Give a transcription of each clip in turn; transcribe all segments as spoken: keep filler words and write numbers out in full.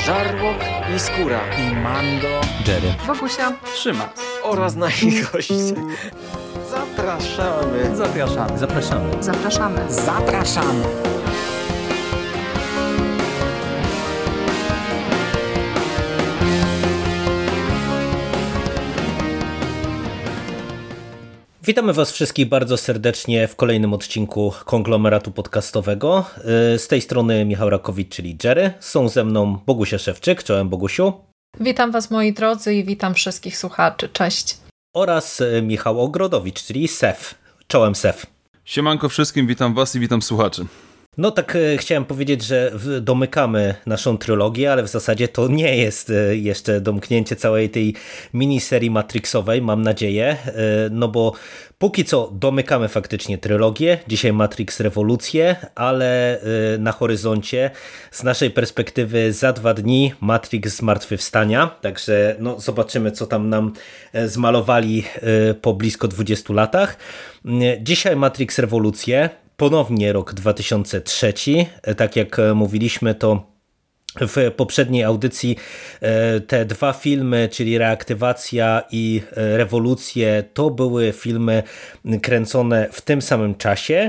Żarłok i Skóra i Mando, Jerry, Bogusia, Szymas oraz nasi goście. Zapraszamy. Zapraszamy. Zapraszamy. Zapraszamy. Zapraszamy. Witamy Was wszystkich bardzo serdecznie w kolejnym odcinku konglomeratu podcastowego. Z tej strony Michał Rakowicz, czyli Jerry. Są ze mną Bogusia Szewczyk. Czołem, Bogusiu. Witam Was, moi drodzy, i witam wszystkich słuchaczy. Cześć. Oraz Michał Ogrodowicz, czyli Sef. Czołem, Sef. Siemanko wszystkim, witam Was i witam słuchaczy. No tak e, chciałem powiedzieć, że w, domykamy naszą trylogię, ale w zasadzie to nie jest e, jeszcze domknięcie całej tej miniserii Matrixowej, mam nadzieję, e, no bo póki co domykamy faktycznie trylogię, dzisiaj Matrix Rewolucję, ale e, na horyzoncie z naszej perspektywy za dwa dni Matrix Zmartwychwstania, także no zobaczymy, co tam nam e, zmalowali e, po blisko dwudziestu latach. E, dzisiaj Matrix Rewolucję. Ponownie rok dwa tysiące trzeci, tak jak mówiliśmy, to w poprzedniej audycji te dwa filmy, czyli Reaktywacja i Rewolucje, to były filmy kręcone w tym samym czasie.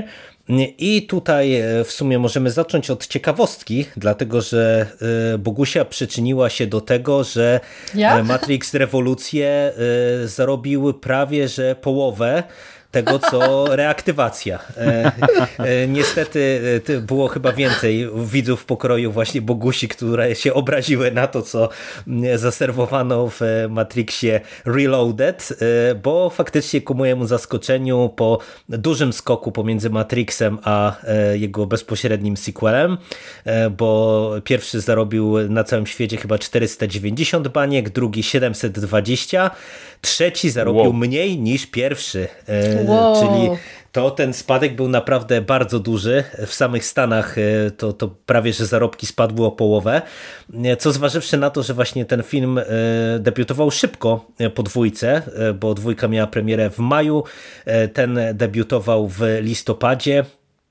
I tutaj w sumie możemy zacząć od ciekawostki, dlatego że Bogusia przyczyniła się do tego, że ja? Matrix Rewolucje zarobił prawie że połowę tego, co Reaktywacja. E, e, niestety e, było chyba więcej widzów w pokroju właśnie Bogusi, które się obraziły na to, co zaserwowano w Matrixie Reloaded, e, bo faktycznie ku mojemu zaskoczeniu po dużym skoku pomiędzy Matrixem a e, jego bezpośrednim sequelem, e, bo pierwszy zarobił na całym świecie chyba czterysta dziewięćdziesiąt baniek, drugi siedemset dwadzieścia, trzeci zarobił wow. mniej niż pierwszy. E, Wow. Czyli to ten spadek był naprawdę bardzo duży. W samych Stanach to, to prawie, że zarobki spadły o połowę. Co zważywszy na to, że właśnie ten film debiutował szybko po dwójce, bo dwójka miała premierę w maju, ten debiutował w listopadzie,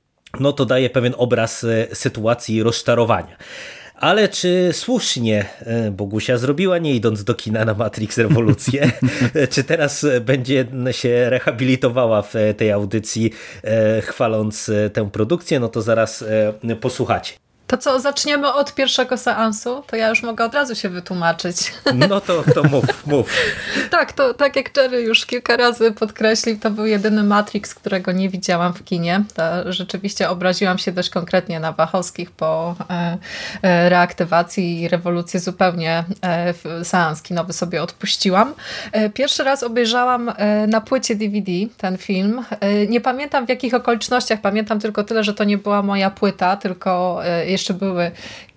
no to daje pewien obraz sytuacji rozczarowania. Ale czy słusznie Bogusia zrobiła, nie idąc do kina na Matrix Rewolucję? Czy teraz będzie się rehabilitowała w tej audycji, chwaląc tę produkcję? No to zaraz posłuchacie. To co, zaczniemy od pierwszego seansu? To ja już mogę od razu się wytłumaczyć. No to, to mów, mów. Tak, to tak jak Jerry już kilka razy podkreślił, to był jedyny Matrix, którego nie widziałam w kinie. To rzeczywiście obraziłam się dość konkretnie na Wachowskich po e, e, Reaktywacji i Rewolucji. Zupełnie e, seans kinowy sobie odpuściłam. E, pierwszy raz obejrzałam e, na płycie D V D ten film. E, nie pamiętam w jakich okolicznościach, pamiętam tylko tyle, że to nie była moja płyta, tylko e, jeszcze były,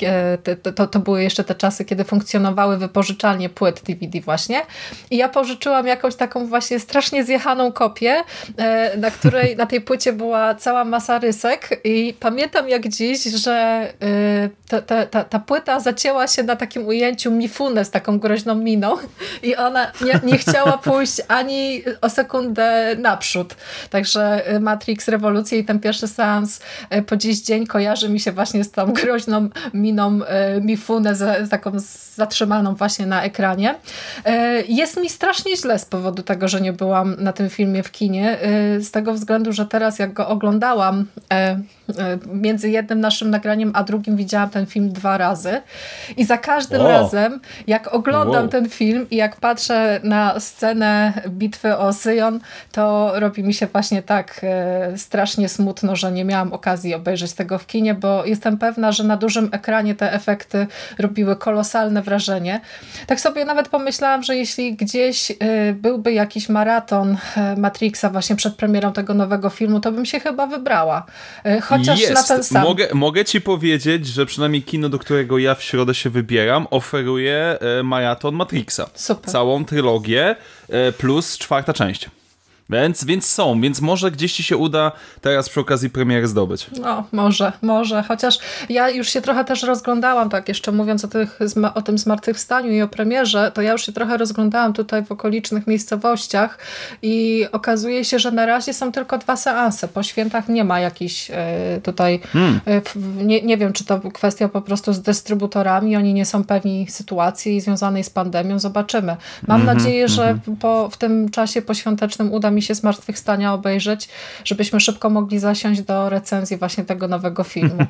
to, to były jeszcze te czasy, kiedy funkcjonowały wypożyczalnie płyt D V D właśnie. I ja pożyczyłam jakąś taką właśnie strasznie zjechaną kopię, na której na tej płycie była cała masa rysek i pamiętam jak dziś, że ta, ta, ta, ta płyta zacięła się na takim ujęciu Mifune z taką groźną miną i ona nie, nie chciała pójść ani o sekundę naprzód. Także Matrix Rewolucja i ten pierwszy seans po dziś dzień kojarzy mi się właśnie z tą groźną miną e, Mifune, z, z taką zatrzymaną właśnie na ekranie. E, jest mi strasznie źle z powodu tego, że nie byłam na tym filmie w kinie. E, z tego względu, że teraz jak go oglądałam e, e, między jednym naszym nagraniem a drugim widziałam ten film dwa razy i za każdym wow. razem jak oglądam wow. ten film i jak patrzę na scenę bitwy o Syjon, to robi mi się właśnie tak e, strasznie smutno, że nie miałam okazji obejrzeć tego w kinie, bo jestem pewna, że na dużym ekranie te efekty robiły kolosalne wrażenie. Tak sobie nawet pomyślałam, że jeśli gdzieś y, byłby jakiś maraton y, Matrixa właśnie przed premierą tego nowego filmu, to bym się chyba wybrała. Y, chociaż Jest. na ten sam. Mogę, mogę ci powiedzieć, że przynajmniej kino, do którego ja w środę się wybieram, oferuje y, maraton Matrixa. Super. Całą trylogię y, plus czwarta część. Więc, więc są, więc może gdzieś ci się uda teraz przy okazji premiery zdobyć. No, może, może. Chociaż ja już się trochę też rozglądałam, tak jeszcze mówiąc o, tych, o tym zmartwychwstaniu i o premierze, to ja już się trochę rozglądałam tutaj w okolicznych miejscowościach i okazuje się, że na razie są tylko dwa seanse. Po świętach nie ma jakichś tutaj, hmm. nie, nie wiem, czy to kwestia po prostu z dystrybutorami, oni nie są pewni sytuacji związanej z pandemią. Zobaczymy. Mam mm-hmm, nadzieję, że mm-hmm. po, w tym czasie poświątecznym uda mi się Zmartwychwstania obejrzeć, żebyśmy szybko mogli zasiąść do recenzji właśnie tego nowego filmu.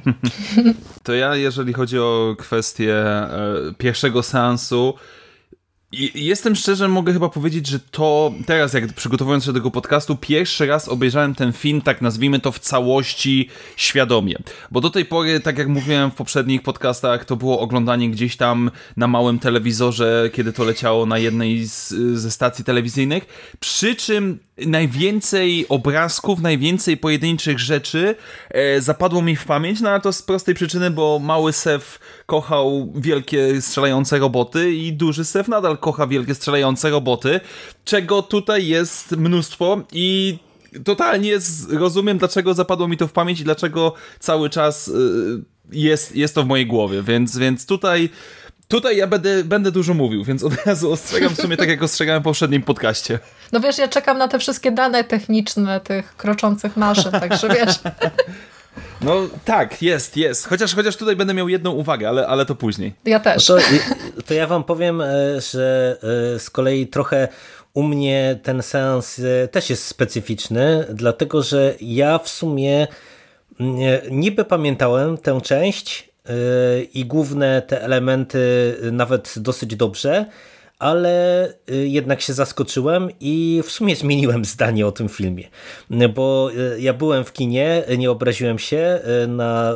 To ja, jeżeli chodzi o kwestię e, pierwszego seansu, i jestem szczerze, mogę chyba powiedzieć, że to teraz, jak przygotowując się do tego podcastu, pierwszy raz obejrzałem ten film, tak nazwijmy to w całości świadomie. Bo do tej pory, tak jak mówiłem w poprzednich podcastach, to było oglądanie gdzieś tam na małym telewizorze, kiedy to leciało na jednej z, ze stacji telewizyjnych. Przy czym najwięcej obrazków, najwięcej pojedynczych rzeczy e, zapadło mi w pamięć, no ale to z prostej przyczyny, bo mały Sef kochał wielkie strzelające roboty i duży Sef nadal kocha wielkie strzelające roboty, czego tutaj jest mnóstwo i totalnie rozumiem, dlaczego zapadło mi to w pamięć i dlaczego cały czas y, jest, jest to w mojej głowie, więc, więc tutaj Tutaj ja będę, będę dużo mówił, więc od razu ostrzegam w sumie tak, jak ostrzegałem w poprzednim podcaście. No wiesz, ja czekam na te wszystkie dane techniczne tych kroczących maszyn, także wiesz. No tak, jest, jest. Chociaż, chociaż tutaj będę miał jedną uwagę, ale, ale to później. Ja też. To, to ja wam powiem, że z kolei trochę u mnie ten seans też jest specyficzny, dlatego że ja w sumie niby pamiętałem tę część i główne te elementy nawet dosyć dobrze, ale jednak się zaskoczyłem i w sumie zmieniłem zdanie o tym filmie, bo ja byłem w kinie, nie obraziłem się na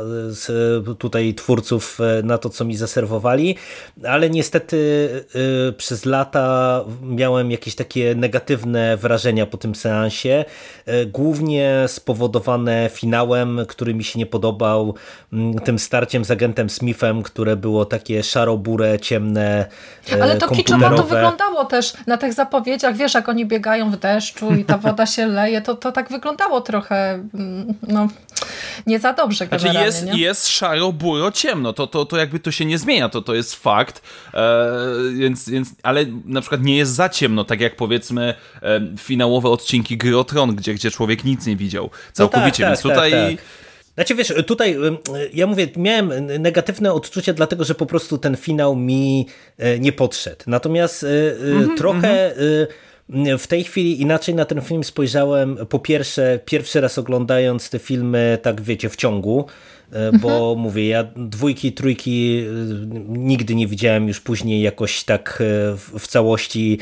tutaj twórców, na to, co mi zaserwowali, ale niestety przez lata miałem jakieś takie negatywne wrażenia po tym seansie, głównie spowodowane finałem, który mi się nie podobał, tym starciem z agentem Smithem, które było takie szaro-burę, ciemne, ale to kiczowo to wyglądało też na tych zapowiedziach, wiesz, jak oni biegają w deszczu i ta woda się leje, to, to tak wyglądało trochę, no, nie za dobrze generalnie. Znaczy jest, nie? jest szaro, buro, ciemno, to, to, to jakby to się nie zmienia, to, to jest fakt, e, więc, więc, ale na przykład nie jest za ciemno, tak jak powiedzmy e, finałowe odcinki Gry o Tron, gdzie, gdzie człowiek nic nie widział, całkowicie, no tak, więc tak, tutaj... Tak, tak. Znaczy wiesz, tutaj ja mówię, miałem negatywne odczucie, dlatego że po prostu ten finał mi nie podszedł. Natomiast mm-hmm, trochę mm-hmm. w tej chwili inaczej na ten film spojrzałem. Po pierwsze, pierwszy raz oglądając te filmy, tak wiecie, w ciągu, bo mhm. mówię, ja dwójki, trójki nigdy nie widziałem już później jakoś tak w całości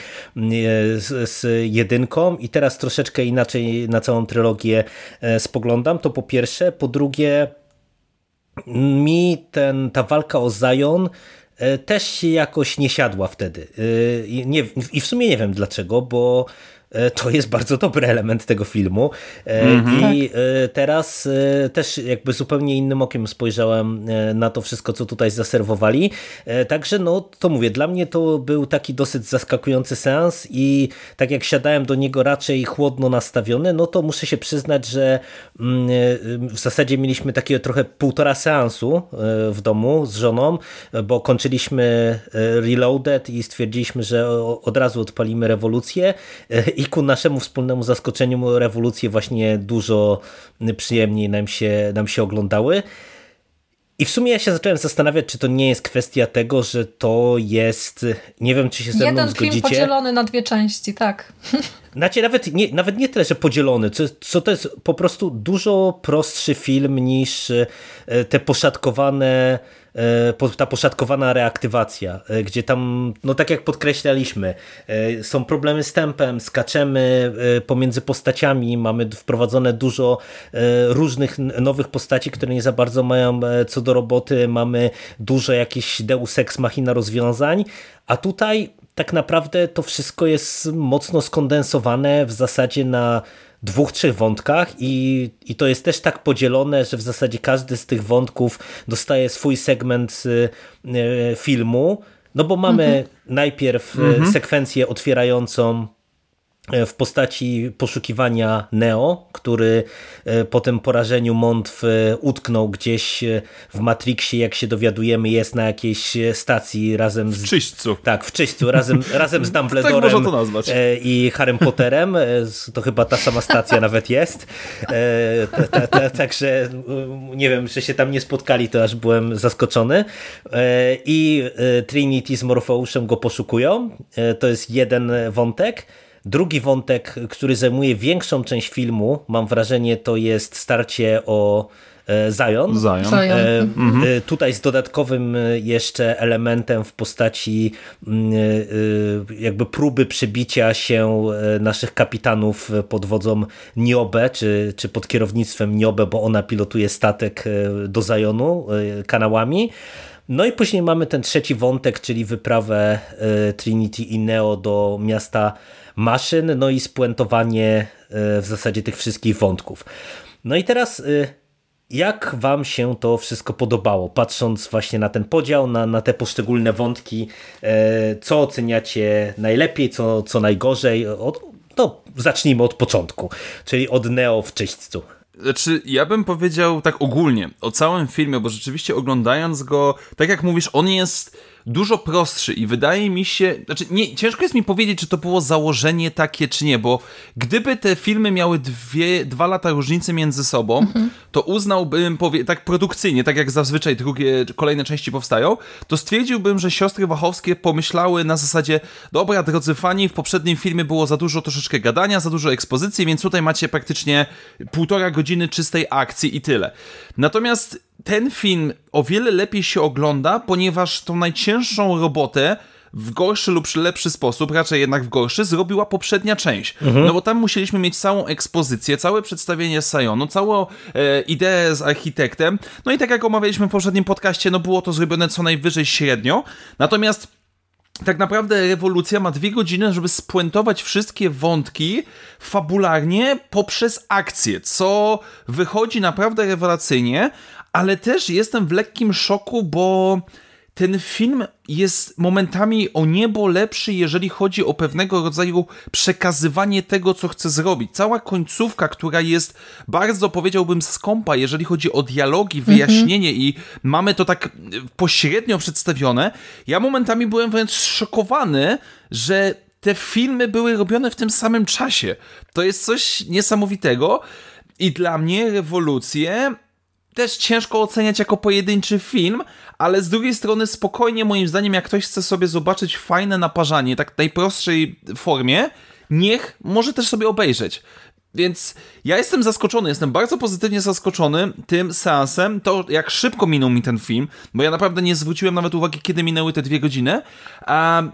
z, z jedynką i teraz troszeczkę inaczej na całą trylogię spoglądam, to po pierwsze. Po drugie, mi ten, ta walka o Zion też się jakoś nie siadła wtedy. Nie, i w sumie nie wiem dlaczego, bo to jest bardzo dobry element tego filmu mm-hmm. i teraz też jakby zupełnie innym okiem spojrzałem na to wszystko, co tutaj zaserwowali, także no to mówię, dla mnie to był taki dosyć zaskakujący seans i tak jak siadałem do niego raczej chłodno nastawiony, no to muszę się przyznać, że w zasadzie mieliśmy takie trochę półtora seansu w domu z żoną, bo kończyliśmy Reloaded i stwierdziliśmy, że od razu odpalimy rewolucję i ku naszemu wspólnemu zaskoczeniu rewolucje właśnie dużo przyjemniej nam się, nam się oglądały. I w sumie ja się zacząłem zastanawiać, czy to nie jest kwestia tego, że to jest, nie wiem, czy się ze mną zgodzicie. Jeden film podzielony na dwie części, tak. Znaczy nawet nie, nawet nie tyle, że podzielony, co, co to jest po prostu dużo prostszy film niż te poszatkowane ta poszatkowana reaktywacja, gdzie tam, no tak jak podkreślaliśmy, są problemy z tempem, skaczemy pomiędzy postaciami, mamy wprowadzone dużo różnych nowych postaci, które nie za bardzo mają co do roboty, mamy dużo jakichś deus ex machina rozwiązań, a tutaj tak naprawdę to wszystko jest mocno skondensowane w zasadzie na dwóch, trzech wątkach i, i to jest też tak podzielone, że w zasadzie każdy z tych wątków dostaje swój segment y, y, filmu, no bo mamy mhm. najpierw mhm. sekwencję otwierającą w postaci poszukiwania Neo, który po tym porażeniu Montw utknął gdzieś w Matrixie, jak się dowiadujemy, jest na jakiejś stacji razem z... W czyśćcu. Tak, w czyśćcu, razem, razem z Dumbledorem tak można to nazwać. I Harrym Potterem. To chyba ta sama stacja nawet jest. Także nie wiem, że się tam nie spotkali, to aż byłem zaskoczony. I Trinity z Morfeuszem go poszukują. To jest jeden wątek. Drugi wątek, który zajmuje większą część filmu, mam wrażenie, to jest starcie o Zion. Zion. Zion. E, mhm. Tutaj z dodatkowym jeszcze elementem w postaci jakby próby przebicia się naszych kapitanów pod wodzą Niobe, czy, czy pod kierownictwem Niobe, bo ona pilotuje statek do Zionu kanałami. No i później mamy ten trzeci wątek, czyli wyprawę Trinity i Neo do miasta maszyn, no i spuentowanie w zasadzie tych wszystkich wątków. No i teraz jak wam się to wszystko podobało, patrząc właśnie na ten podział, na, na te poszczególne wątki, co oceniacie najlepiej, co, co najgorzej? Od, no, zacznijmy od początku, czyli od Neo w czyśćcu. Znaczy, ja bym powiedział tak ogólnie o całym filmie, bo rzeczywiście oglądając go, tak jak mówisz, on jest dużo prostszy i wydaje mi się, znaczy nie, ciężko jest mi powiedzieć, czy to było założenie takie, czy nie, bo gdyby te filmy miały dwie, dwa lata różnicy między sobą, mhm. to uznałbym, powie, tak produkcyjnie, tak jak zazwyczaj drugie, kolejne części powstają, to stwierdziłbym, że siostry Wachowskie pomyślały na zasadzie, dobra, drodzy fani, w poprzednim filmie było za dużo troszeczkę gadania, za dużo ekspozycji, więc tutaj macie praktycznie półtora godziny czystej akcji i tyle. Natomiast ten film o wiele lepiej się ogląda, ponieważ tą najcięższą robotę w gorszy lub lepszy sposób, raczej jednak w gorszy, zrobiła poprzednia część. Mhm. No bo tam musieliśmy mieć całą ekspozycję, całe przedstawienie Zionu, całą e, ideę z architektem. No i tak jak omawialiśmy w poprzednim podcaście, no było to zrobione co najwyżej średnio. Natomiast tak naprawdę rewolucja ma dwie godziny, żeby spuentować wszystkie wątki fabularnie poprzez akcję, co wychodzi naprawdę rewelacyjnie, ale też jestem w lekkim szoku, bo ten film jest momentami o niebo lepszy, jeżeli chodzi o pewnego rodzaju przekazywanie tego, co chce zrobić. Cała końcówka, która jest bardzo, powiedziałbym, skąpa, jeżeli chodzi o dialogi, wyjaśnienie mm-hmm. i mamy to tak pośrednio przedstawione. Ja momentami byłem wręcz szokowany, że te filmy były robione w tym samym czasie. To jest coś niesamowitego i dla mnie rewolucję też ciężko oceniać jako pojedynczy film, ale z drugiej strony spokojnie moim zdaniem, jak ktoś chce sobie zobaczyć fajne naparzanie, tak w najprostszej formie, niech może też sobie obejrzeć. Więc ja jestem zaskoczony, jestem bardzo pozytywnie zaskoczony tym seansem, to jak szybko minął mi ten film, bo ja naprawdę nie zwróciłem nawet uwagi, kiedy minęły te dwie godziny. A,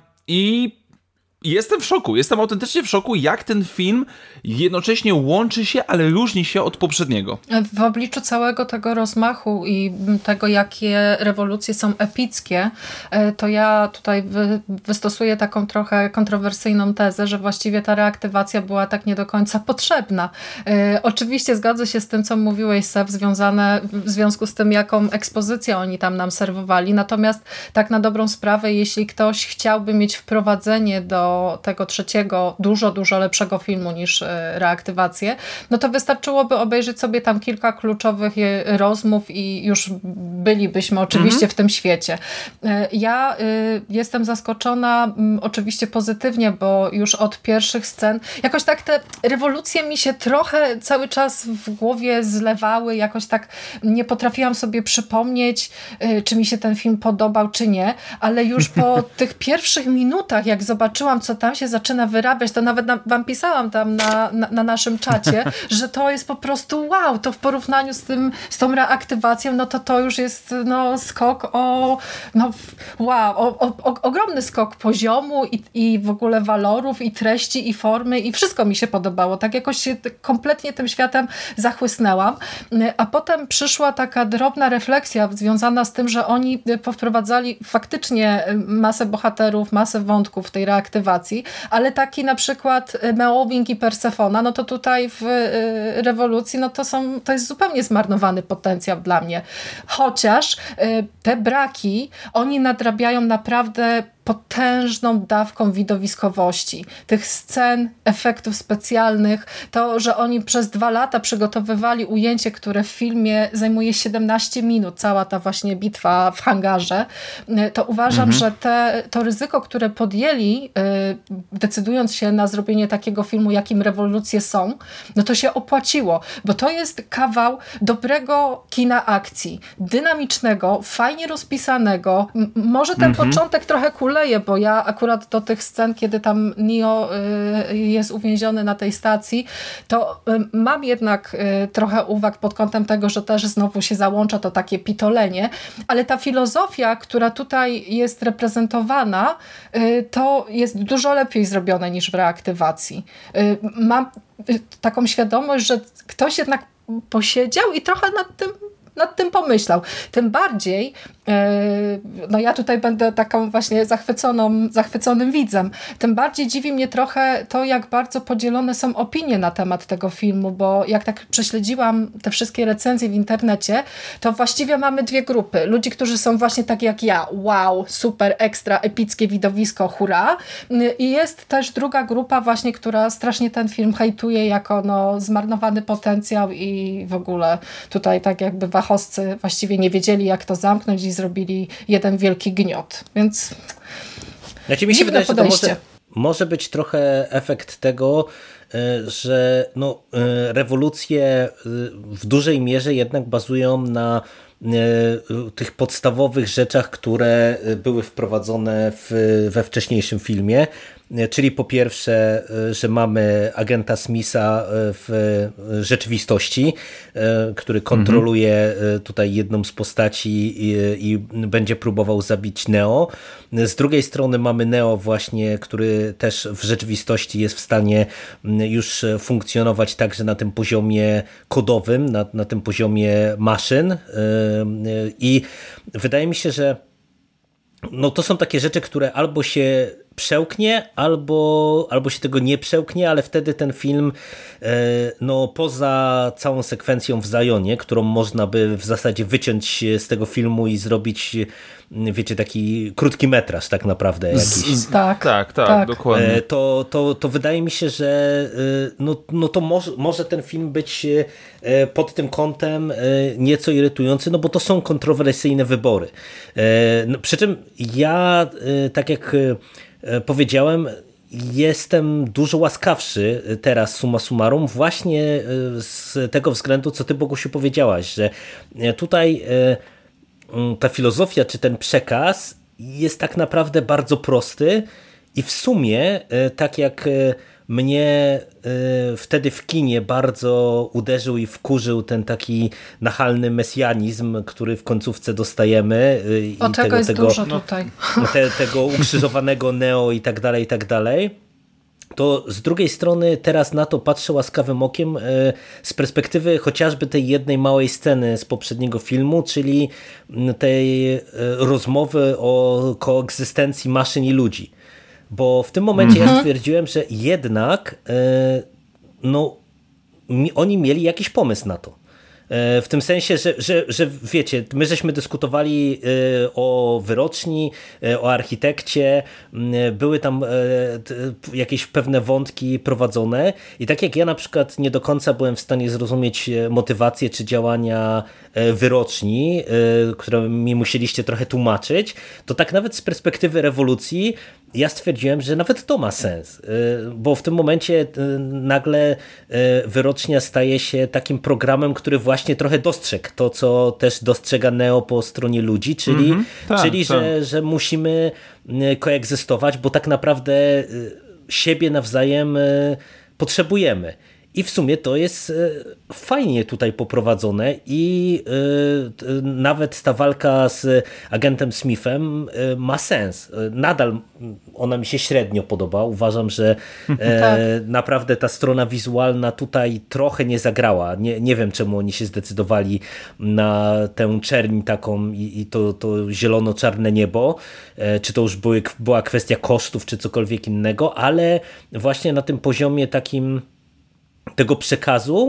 I jestem w szoku, jestem autentycznie w szoku, jak ten film jednocześnie łączy się, ale różni się od poprzedniego. W obliczu całego tego rozmachu i tego, jakie rewolucje są epickie, to ja tutaj wy, wystosuję taką trochę kontrowersyjną tezę, że właściwie ta reaktywacja była tak nie do końca potrzebna. E, oczywiście zgadzam się z tym, co mówiłeś, Sef, związane w związku z tym, jaką ekspozycję oni tam nam serwowali, natomiast tak na dobrą sprawę, jeśli ktoś chciałby mieć wprowadzenie do tego trzeciego, dużo, dużo lepszego filmu niż reaktywację, no to wystarczyłoby obejrzeć sobie tam kilka kluczowych rozmów i już bylibyśmy oczywiście mhm. w tym świecie. Ja y, jestem zaskoczona y, oczywiście pozytywnie, bo już od pierwszych scen jakoś tak te rewolucje mi się trochę cały czas w głowie zlewały, jakoś tak nie potrafiłam sobie przypomnieć, y, czy mi się ten film podobał, czy nie, ale już po tych pierwszych minutach, jak zobaczyłam, co tam się zaczyna wyrabiać, to nawet na, wam pisałam tam na, na, na naszym czacie, że to jest po prostu wow, to w porównaniu z tym, z tą reaktywacją, no to to już jest no, skok o no wow, o, o, o, ogromny skok poziomu i, i w ogóle walorów, i treści, i formy, i wszystko mi się podobało. Tak jakoś się kompletnie tym światem zachłysnęłam. A potem przyszła taka drobna refleksja związana z tym, że oni powprowadzali faktycznie masę bohaterów, masę wątków w tej reaktywacji, ale taki na przykład Meowing i Persefona, no to tutaj w rewolucji, no to są, to jest zupełnie zmarnowany potencjał dla mnie. Chociaż te braki, oni nadrabiają naprawdę potężną dawką widowiskowości, tych scen, efektów specjalnych, to, że oni przez dwa lata przygotowywali ujęcie, które w filmie zajmuje siedemnaście minut, cała ta właśnie bitwa w hangarze, to uważam, mhm. że te, to ryzyko, które podjęli, decydując się na zrobienie takiego filmu, jakim Rewolucje są, no to się opłaciło, bo to jest kawał dobrego kina akcji, dynamicznego, fajnie rozpisanego. M- może ten mhm. początek trochę kuleje, bo ja akurat do tych scen, kiedy tam Neo y, jest uwięziony na tej stacji, to y, mam jednak y, trochę uwag pod kątem tego, że też znowu się załącza to takie pitolenie, ale ta filozofia, która tutaj jest reprezentowana, y, to jest dużo lepiej zrobione niż w reaktywacji. Y, mam y, taką świadomość, że ktoś jednak posiedział i trochę nad tym nad tym pomyślał. Tym bardziej, no ja tutaj będę taką właśnie zachwyconą, zachwyconym widzem, tym bardziej dziwi mnie trochę to, jak bardzo podzielone są opinie na temat tego filmu, bo jak tak prześledziłam te wszystkie recenzje w internecie, to właściwie mamy dwie grupy. Ludzi, którzy są właśnie tak jak ja, wow, super, ekstra, epickie widowisko, hurra. I jest też druga grupa właśnie, która strasznie ten film hejtuje jako no, zmarnowany potencjał i w ogóle tutaj tak jakby wachowscy właściwie nie wiedzieli, jak to zamknąć i zrobili jeden wielki gniot. Więc znaczy, mi się wydaje, że to może, może być trochę efekt tego, że no, rewolucje w dużej mierze jednak bazują na tych podstawowych rzeczach, które były wprowadzone w, we wcześniejszym filmie. Czyli po pierwsze, że mamy agenta Smitha w rzeczywistości, który kontroluje tutaj jedną z postaci i, i będzie próbował zabić Neo. Z drugiej strony mamy Neo właśnie, który też w rzeczywistości jest w stanie już funkcjonować także na tym poziomie kodowym, na, na tym poziomie maszyn. I wydaje mi się, że no to są takie rzeczy, które albo się przełknie, albo, albo się tego nie przełknie, ale wtedy ten film no poza całą sekwencją w Zionie, którą można by w zasadzie wyciąć z tego filmu i zrobić, wiecie, taki krótki metraż tak naprawdę jakiś. Tak, tak, tak, tak, dokładnie. To, to, to wydaje mi się, że no, no to może, może ten film być pod tym kątem nieco irytujący, no bo to są kontrowersyjne wybory. No, przy czym ja, tak jak powiedziałem, jestem dużo łaskawszy teraz summa summarum właśnie z tego względu, co ty, Bogusiu, powiedziałaś, że tutaj ta filozofia czy ten przekaz jest tak naprawdę bardzo prosty i w sumie tak jak mnie wtedy w kinie bardzo uderzył i wkurzył ten taki nachalny mesjanizm, który w końcówce dostajemy. O i czego tego, jest tego, dużo tutaj. Te, tego ukrzyżowanego Neo i tak dalej, i tak dalej. To z drugiej strony teraz na to patrzę łaskawym okiem z perspektywy chociażby tej jednej małej sceny z poprzedniego filmu, czyli tej rozmowy o koegzystencji maszyn i ludzi. Bo w tym momencie mhm. ja stwierdziłem, że jednak no, oni mieli jakiś pomysł na to. W tym sensie, że, że, że wiecie, my żeśmy dyskutowali o wyroczni, o architekcie, były tam jakieś pewne wątki prowadzone i tak jak ja na przykład nie do końca byłem w stanie zrozumieć motywację czy działania wyroczni, które mi musieliście trochę tłumaczyć, to tak nawet z perspektywy rewolucji ja stwierdziłem, że nawet to ma sens, bo w tym momencie nagle wyrocznia staje się takim programem, który właśnie trochę dostrzegł to, co też dostrzega Neo po stronie ludzi, czyli, mm-hmm, tak, czyli tak. Że, że musimy koegzystować, bo tak naprawdę siebie nawzajem potrzebujemy. I w sumie to jest fajnie tutaj poprowadzone i nawet ta walka z agentem Smithem ma sens. Nadal ona mi się średnio podoba. Uważam, że tak. naprawdę ta strona wizualna tutaj trochę nie zagrała. Nie, nie wiem, czemu oni się zdecydowali na tę czerń taką i, i to, to zielono-czarne niebo. Czy to już były, była kwestia kosztów, czy cokolwiek innego, ale właśnie na tym poziomie takim tego przekazu,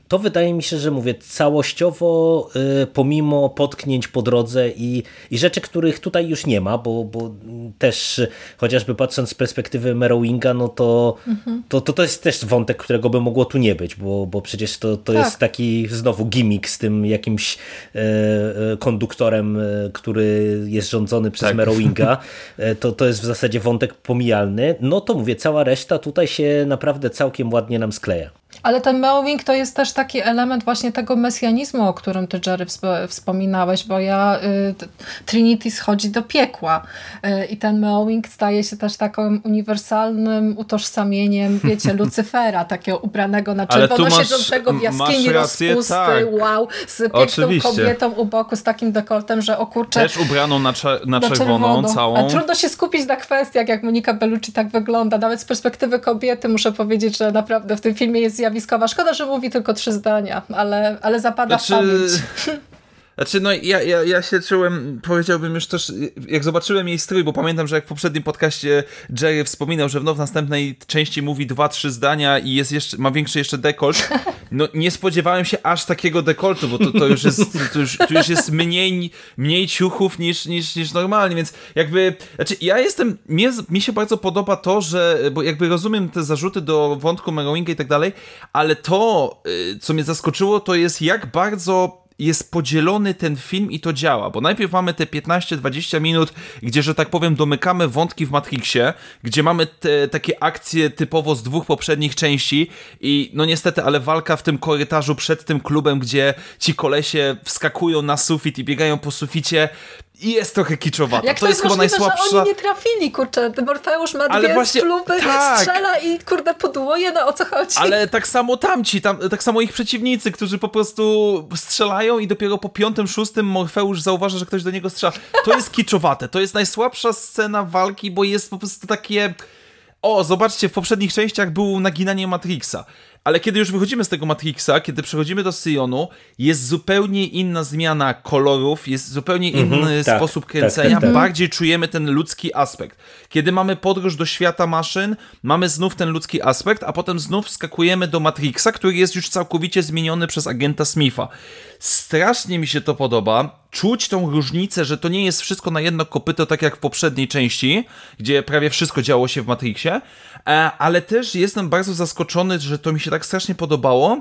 to wydaje mi się, że mówię, całościowo y, pomimo potknięć po drodze i, i rzeczy, których tutaj już nie ma, bo, bo też chociażby patrząc z perspektywy Merowinga, no to, mhm. to, to, to jest też wątek, którego by mogło tu nie być, bo, bo przecież to, to tak. jest taki znowu gimmick z tym jakimś y, y, konduktorem, y, który jest rządzony przez tak. Merowinga. Y, to, to jest w zasadzie wątek pomijalny. No to mówię, cała reszta tutaj się naprawdę całkiem ładnie nam skleja. Ale ten Merowing to jest też taki element właśnie tego mesjanizmu, o którym ty, Jerry, wspominałeś, bo ja y, Trinity schodzi do piekła y, i ten Merowing staje się też takim uniwersalnym utożsamieniem, wiecie, Lucyfera, takiego ubranego na czerwono, siedzącego w jaskini rozpusty, tak. wow, z piękną Oczywiście. kobietą u boku, z takim dekoltem, że o kurczę... Też ubraną na, cze- na, na czerwoną, czerwoną całą. A trudno się skupić na kwestiach, jak Monica Bellucci tak wygląda. Nawet z perspektywy kobiety muszę powiedzieć, że naprawdę w tym filmie jest zjawiskowa. Szkoda, że mówi tylko trzy zdania, ale, ale zapada znaczy, w pamięć. Znaczy, no ja, ja, ja się czułem, powiedziałbym już też, jak zobaczyłem jej strój, bo pamiętam, że jak w poprzednim podcaście Jerry wspominał, że w następnej części mówi dwa, trzy zdania i jest jeszcze, ma większy jeszcze dekolt, no nie spodziewałem się aż takiego dekoltu, bo to, to, już, jest, to, już, to już jest mniej, mniej ciuchów niż, niż, niż normalnie, więc jakby, znaczy ja jestem, mnie, mi się bardzo podoba to, że, bo jakby rozumiem te zarzuty do wątku Merowinga i tak dalej, ale to, co mnie zaskoczyło, to jest jak bardzo jest podzielony ten film i to działa, bo najpierw mamy te piętnaście dwadzieścia minut, gdzie, że tak powiem, domykamy wątki w Matrixie, gdzie mamy te takie akcje typowo z dwóch poprzednich części i no niestety, ale walka w tym korytarzu przed tym klubem, gdzie ci kolesie wskakują na sufit i biegają po suficie i jest trochę kiczowata. Jak to, to jest, jest chyba możliwe, najsłabsza... że oni nie trafili, kurczę. Morfeusz ma ale dwie właśnie, spluwy, tak. strzela i kurde podłuje, no o co chodzi? Ale tak samo tamci, tam, tak samo ich przeciwnicy, którzy po prostu strzelają i dopiero po piątym, szóstym Morfeusz zauważa, że ktoś do niego strzela. To jest kiczowate. To jest najsłabsza scena walki, bo jest po prostu takie... O, zobaczcie, w poprzednich częściach było naginanie Matrixa. Ale kiedy już wychodzimy z tego Matrixa, kiedy przechodzimy do Syjonu, jest zupełnie inna zmiana kolorów, jest zupełnie inny mm-hmm, tak, sposób kręcenia, tak, tak, tak. bardziej czujemy ten ludzki aspekt. Kiedy mamy podróż do świata maszyn, mamy znów ten ludzki aspekt, a potem znów wskakujemy do Matrixa, który jest już całkowicie zmieniony przez agenta Smitha. Strasznie mi się to podoba. Czuć tą różnicę, że to nie jest wszystko na jedno kopyto, tak jak w poprzedniej części, gdzie prawie wszystko działo się w Matrixie, ale też jestem bardzo zaskoczony, że to mi się tak strasznie podobało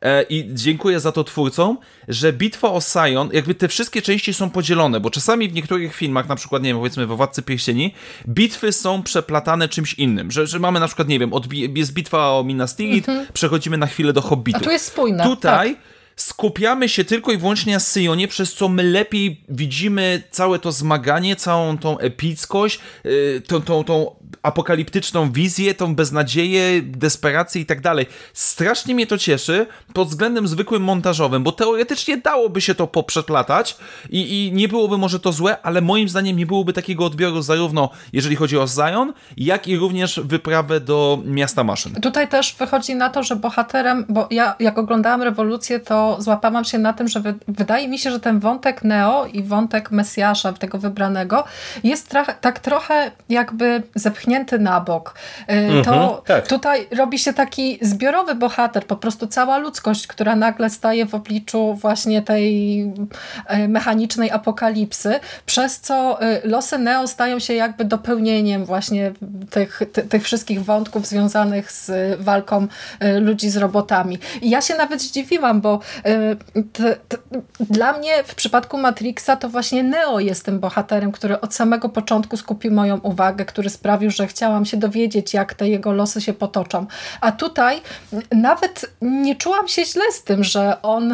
i dziękuję za to twórcom, że bitwa o Sion, jakby te wszystkie części są podzielone, bo czasami w niektórych filmach, na przykład, nie wiem, powiedzmy we Władcy Pierścieni, bitwy są przeplatane czymś innym, że, że mamy na przykład, nie wiem, odbi- jest bitwa o Minas Tirith, mm-hmm. przechodzimy na chwilę do Hobbitów. A tu jest spójne. Tutaj tak. skupiamy się tylko i wyłącznie na Syjonie, przez co my lepiej widzimy całe to zmaganie, całą tą epickość, yy, tą, tą, tą apokaliptyczną wizję, tą beznadzieję, desperację i tak dalej. Strasznie mnie to cieszy pod względem zwykłym montażowym, bo teoretycznie dałoby się to poprzeplatać i, i nie byłoby może to złe, ale moim zdaniem nie byłoby takiego odbioru zarówno jeżeli chodzi o Zion, jak i również wyprawę do Miasta Maszyn. Tutaj też wychodzi na to, że bohaterem, bo ja jak oglądałam Rewolucję, to złapałam się na tym, że wy, wydaje mi się, że ten wątek Neo i wątek Mesjasza, tego wybranego, jest tra- tak trochę jakby zepchnięty na bok. Mm-hmm, to tak. Tutaj robi się taki zbiorowy bohater, po prostu cała ludzkość, która nagle staje w obliczu właśnie tej mechanicznej apokalipsy, przez co losy Neo stają się jakby dopełnieniem właśnie tych, ty, tych wszystkich wątków związanych z walką ludzi z robotami. I ja się nawet zdziwiłam, bo t, t, dla mnie w przypadku Matrixa to właśnie Neo jest tym bohaterem, który od samego początku skupił moją uwagę, który sprawił, że chciałam się dowiedzieć, jak te jego losy się potoczą. A tutaj nawet nie czułam się źle z tym, że on y,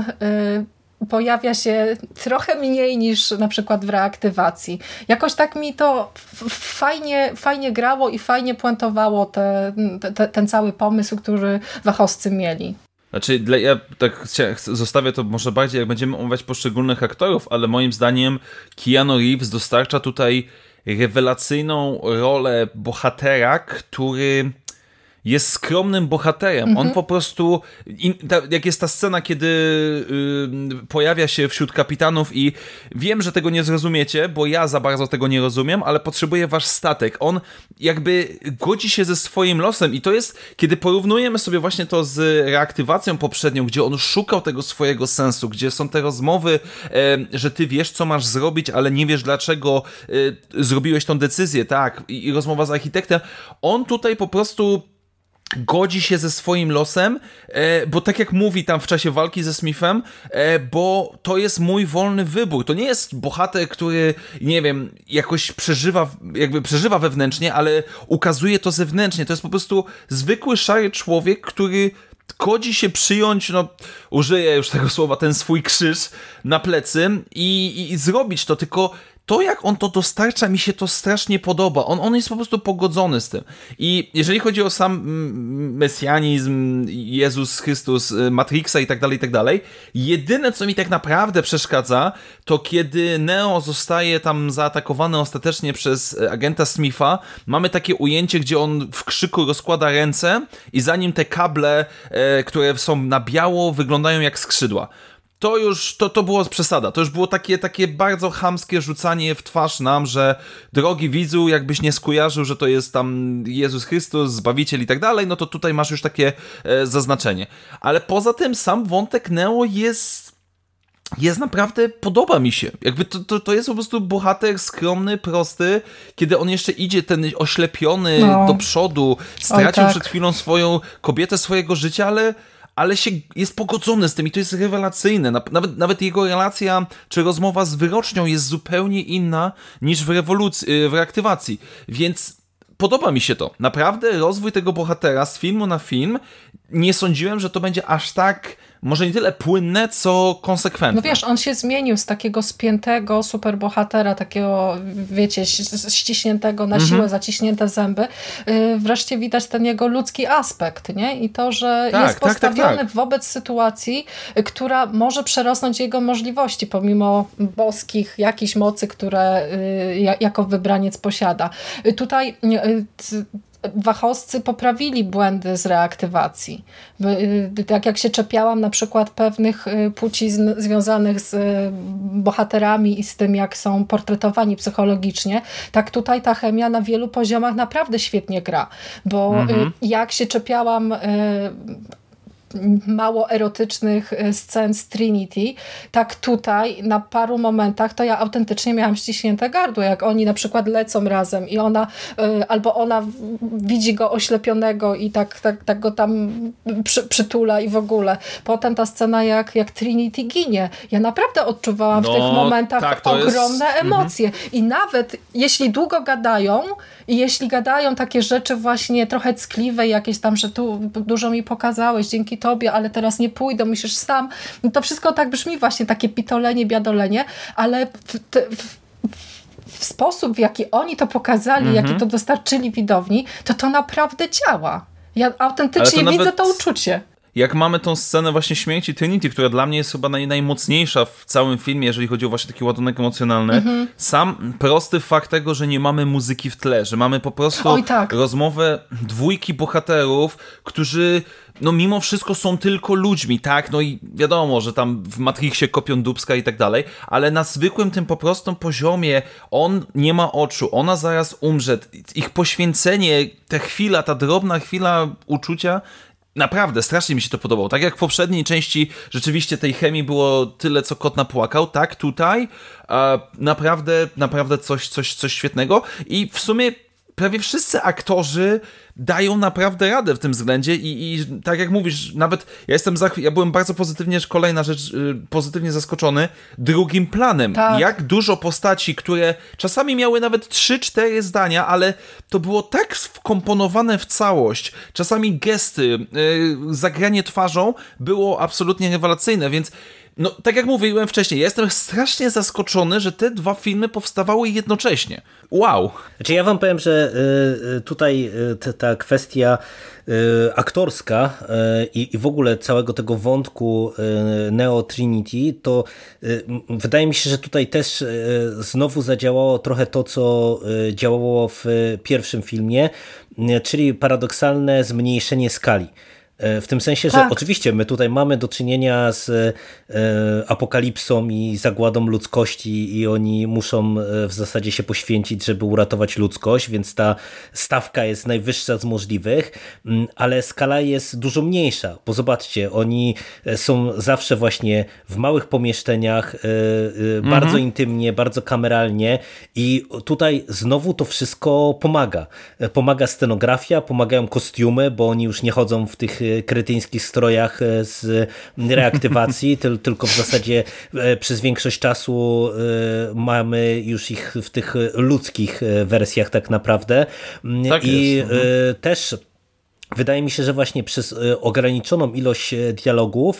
pojawia się trochę mniej niż na przykład w reaktywacji. Jakoś tak mi to fajnie, fajnie grało i fajnie puentowało te, te, ten cały pomysł, który wachowscy mieli. Znaczy, ja tak zostawię to może bardziej, jak będziemy omawiać poszczególnych aktorów, ale moim zdaniem Keanu Reeves dostarcza tutaj rewelacyjną rolę bohatera, który jest skromnym bohaterem. Mm-hmm. On po prostu, in, ta, jak jest ta scena, kiedy y, pojawia się wśród kapitanów i wiem, że tego nie zrozumiecie, bo ja za bardzo tego nie rozumiem, ale potrzebuję wasz statek. On jakby godzi się ze swoim losem i to jest, kiedy porównujemy sobie właśnie to z reaktywacją poprzednią, gdzie on szukał tego swojego sensu, gdzie są te rozmowy, e, że ty wiesz, co masz zrobić, ale nie wiesz, dlaczego e, zrobiłeś tą decyzję, tak, i, i rozmowa z architektem. On tutaj po prostu godzi się ze swoim losem, e, bo tak jak mówi tam w czasie walki ze Smithem, e, bo to jest mój wolny wybór. To nie jest bohater, który, nie wiem, jakoś przeżywa, jakby przeżywa wewnętrznie, ale ukazuje to zewnętrznie. To jest po prostu zwykły, szary człowiek, który godzi się przyjąć, no użyję już tego słowa, ten swój krzyż na plecy i, i, i zrobić to, tylko to, jak on to dostarcza, mi się to strasznie podoba. On, on jest po prostu pogodzony z tym. I jeżeli chodzi o sam mesjanizm, Jezus Chrystus, Matrixa i tak dalej, i tak dalej, jedyne, co mi tak naprawdę przeszkadza, to kiedy Neo zostaje tam zaatakowany ostatecznie przez agenta Smitha, mamy takie ujęcie, gdzie on w krzyku rozkłada ręce i za nim te kable, e, które są na biało, wyglądają jak skrzydła. To już, to, to było przesada, to już było takie, takie bardzo chamskie rzucanie w twarz nam, że drogi widzu, jakbyś nie skojarzył, że to jest tam Jezus Chrystus, Zbawiciel i tak dalej, no to tutaj masz już takie e, zaznaczenie. Ale poza tym sam wątek Neo jest, jest naprawdę, podoba mi się. Jakby to, to, to jest po prostu bohater skromny, prosty, kiedy on jeszcze idzie ten oślepiony no. do przodu, stracił Oj, tak. przed chwilą swoją kobietę swojego życia, ale ale się jest pogodzony z tym i to jest rewelacyjne. Nawet, nawet jego relacja czy rozmowa z wyrocznią jest zupełnie inna niż w rewolucji, w reaktywacji. Więc podoba mi się to. Naprawdę rozwój tego bohatera z filmu na film, nie sądziłem, że to będzie aż tak, może nie tyle płynne, co konsekwentne. No wiesz, on się zmienił z takiego spiętego superbohatera, takiego, wiecie, ściśniętego na siłę, mhm. zaciśnięte zęby. Wreszcie widać ten jego ludzki aspekt, nie? I to, że tak, jest postawiony tak, tak, tak. wobec sytuacji, która może przerosnąć jego możliwości, pomimo boskich jakichś mocy, które jako wybraniec posiada. Tutaj Wachowscy poprawili błędy z reaktywacji. Tak jak się czepiałam na przykład pewnych płci związanych z bohaterami i z tym, jak są portretowani psychologicznie, tak tutaj ta chemia na wielu poziomach naprawdę świetnie gra. Bo mhm. jak się czepiałam mało erotycznych scen z Trinity, tak tutaj na paru momentach to ja autentycznie miałam ściśnięte gardło, jak oni na przykład lecą razem i ona, albo ona widzi go oślepionego i tak, tak, tak go tam przy, przytula i w ogóle. Potem ta scena, jak, jak Trinity ginie. Ja naprawdę odczuwałam no, w tych momentach tak, ogromne jest... emocje. Mhm. I nawet jeśli długo gadają i jeśli gadają takie rzeczy właśnie trochę ckliwe, jakieś tam, że tu dużo mi pokazałeś, dzięki tobie, ale teraz nie pójdę, musisz sam. To wszystko tak brzmi właśnie, takie pitolenie, biadolenie, ale w, w, w sposób, w jaki oni to pokazali, mhm. jaki to dostarczyli widowni, to to naprawdę działa. Ja autentycznie widzę nawet... to uczucie. Jak mamy tą scenę właśnie śmierci Trinity, która dla mnie jest chyba naj, najmocniejsza w całym filmie, jeżeli chodzi o właśnie taki ładunek emocjonalny, mm-hmm. sam prosty fakt tego, że nie mamy muzyki w tle, że mamy po prostu Oj, tak. rozmowę dwójki bohaterów, którzy no mimo wszystko są tylko ludźmi, tak? No i wiadomo, że tam w Matrixie kopią dupska i tak dalej, ale na zwykłym tym po prostym poziomie on nie ma oczu, ona zaraz umrze. Ich poświęcenie, ta chwila, ta drobna chwila uczucia, naprawdę, strasznie mi się to podobało. Tak jak w poprzedniej części rzeczywiście tej chemii było tyle, co kot napłakał, tak tutaj e, naprawdę, naprawdę coś, coś, coś świetnego i w sumie prawie wszyscy aktorzy dają naprawdę radę w tym względzie i, i tak jak mówisz, nawet ja jestem zachwy- ja byłem bardzo pozytywnie, kolejna rzecz, yy, pozytywnie zaskoczony drugim planem. Tak. Jak dużo postaci, które czasami miały nawet trzy cztery zdania, ale to było tak wkomponowane w całość. Czasami gesty, yy, zagranie twarzą było absolutnie rewelacyjne, więc no tak jak mówiłem wcześniej, ja jestem strasznie zaskoczony, że te dwa filmy powstawały jednocześnie. Wow! Znaczy ja wam powiem, że y, tutaj y, ta kwestia y, aktorska y, i w ogóle całego tego wątku y, Neo Trinity, to y, wydaje mi się, że tutaj też y, znowu zadziałało trochę to, co y, działało w y, pierwszym filmie, y, czyli paradoksalne zmniejszenie skali. W tym sensie, że tak. oczywiście my tutaj mamy do czynienia z e, apokalipsą i zagładą ludzkości i oni muszą w zasadzie się poświęcić, żeby uratować ludzkość, więc ta stawka jest najwyższa z możliwych, ale skala jest dużo mniejsza, bo zobaczcie, oni są zawsze właśnie w małych pomieszczeniach, e, e, mhm. bardzo intymnie, bardzo kameralnie i tutaj znowu to wszystko pomaga. Pomaga scenografia, pomagają kostiumy, bo oni już nie chodzą w tych kretyńskich strojach z reaktywacji, tylko w zasadzie przez większość czasu mamy już ich w tych ludzkich wersjach tak naprawdę. Tak I jest. Mhm. też wydaje mi się, że właśnie przez ograniczoną ilość dialogów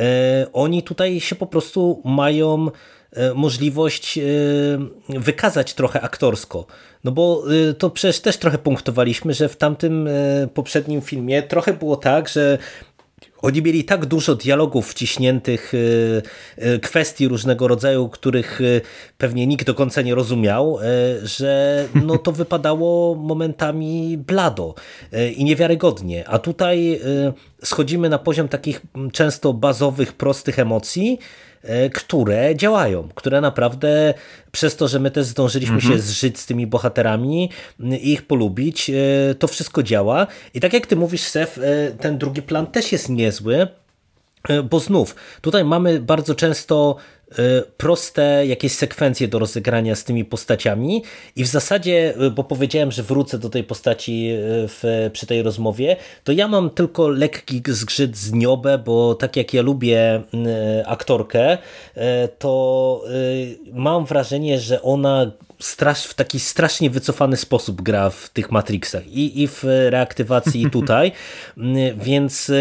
oni tutaj się po prostu mają możliwość wykazać trochę aktorsko. No bo to przecież też trochę punktowaliśmy, że w tamtym poprzednim filmie trochę było tak, że oni mieli tak dużo dialogów wciśniętych, kwestii różnego rodzaju, których pewnie nikt do końca nie rozumiał, że no to wypadało momentami blado i niewiarygodnie. A tutaj schodzimy na poziom takich często bazowych, prostych emocji, które działają, które naprawdę przez to, że my też zdążyliśmy mhm. się zżyć z tymi bohaterami i ich polubić, to wszystko działa. I tak jak ty mówisz, Sef, ten drugi plan też jest niezły, bo znów, tutaj mamy bardzo często proste jakieś sekwencje do rozegrania z tymi postaciami i w zasadzie, bo powiedziałem, że wrócę do tej postaci w, przy tej rozmowie, to ja mam tylko lekki zgrzyt z Niobę, bo tak jak ja lubię aktorkę, to mam wrażenie, że ona strasz, w taki strasznie wycofany sposób gra w tych Matrixach i, i w reaktywacji i tutaj, więc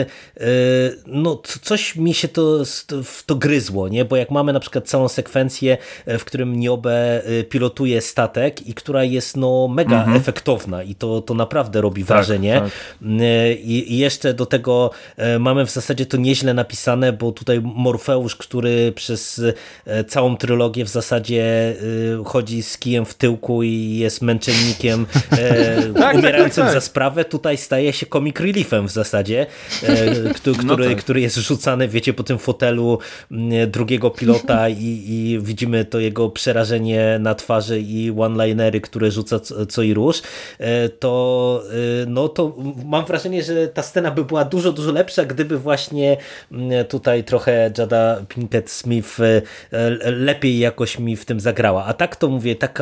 no, coś mi się to, w to gryzło, nie? Bo jak mamy na przykład całą sekwencję, w którym Niobe pilotuje statek i która jest no mega mhm. efektowna i to, to naprawdę robi tak, wrażenie tak. I, i jeszcze do tego mamy w zasadzie to nieźle napisane, bo tutaj Morfeusz, który przez całą trylogię w zasadzie chodzi z kijem w tyłku i jest męczennikiem e, tak, umierającym tak, tak, tak. za sprawę, tutaj staje się comic reliefem w zasadzie, e, który, no tak. który jest rzucany, wiecie, po tym fotelu drugiego pilota i, i widzimy to jego przerażenie na twarzy i one-linery, które rzuca co, co i róż, e, to, e, no, to mam wrażenie, że ta scena by była dużo, dużo lepsza, gdyby właśnie tutaj trochę Jada Pinkett Smith e, lepiej jakoś mi w tym zagrała. A tak to mówię, taka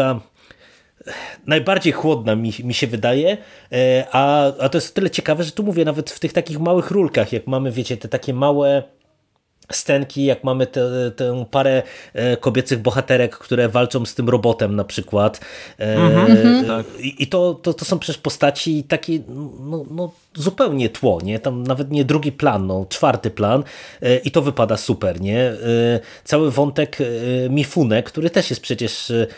najbardziej chłodna mi, mi się wydaje, a, a to jest tyle ciekawe, że tu mówię, nawet w tych takich małych rulkach, jak mamy, wiecie, te takie małe scenki, jak mamy te, tę parę kobiecych bohaterek, które walczą z tym robotem na przykład. Mm-hmm. E, I i to, to, to są przecież postaci takie no, no, zupełnie tło, nie? Tam nawet nie drugi plan, no, czwarty plan e, i to wypada super, nie? E, cały wątek e, Mifune, który też jest przecież e,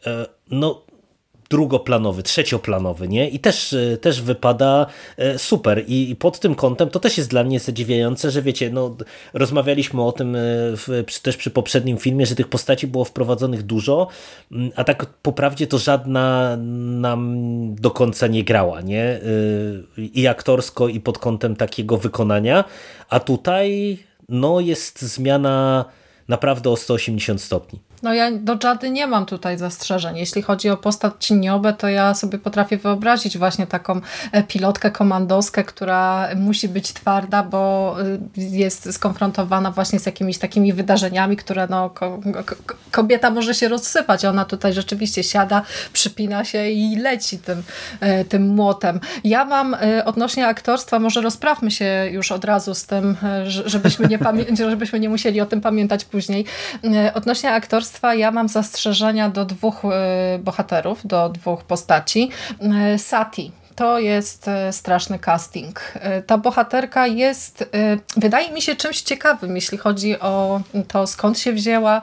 no drugoplanowy, trzecioplanowy, nie? I też, też wypada super. I pod tym kątem to też jest dla mnie zadziwiające, że wiecie, no rozmawialiśmy o tym w, też przy poprzednim filmie, że tych postaci było wprowadzonych dużo, a tak po prawdzie to żadna nam do końca nie grała, nie? I aktorsko, i pod kątem takiego wykonania, a tutaj no jest zmiana naprawdę o sto osiemdziesiąt stopni. No ja do Jady nie mam tutaj zastrzeżeń. Jeśli chodzi o postać Niobę, to ja sobie potrafię wyobrazić właśnie taką pilotkę komandoskę, która musi być twarda, bo jest skonfrontowana właśnie z jakimiś takimi wydarzeniami, które no ko- ko- kobieta może się rozsypać. Ona tutaj rzeczywiście siada, przypina się i leci tym, tym młotem. Ja mam odnośnie aktorstwa, może rozprawmy się już od razu z tym, żebyśmy nie, pamię- żebyśmy nie musieli o tym pamiętać później. Odnośnie aktorstwa ja mam zastrzeżenia do dwóch bohaterów, do dwóch postaci. Sati. to jest straszny casting. Ta bohaterka jest, wydaje mi się, czymś ciekawym, jeśli chodzi o to, skąd się wzięła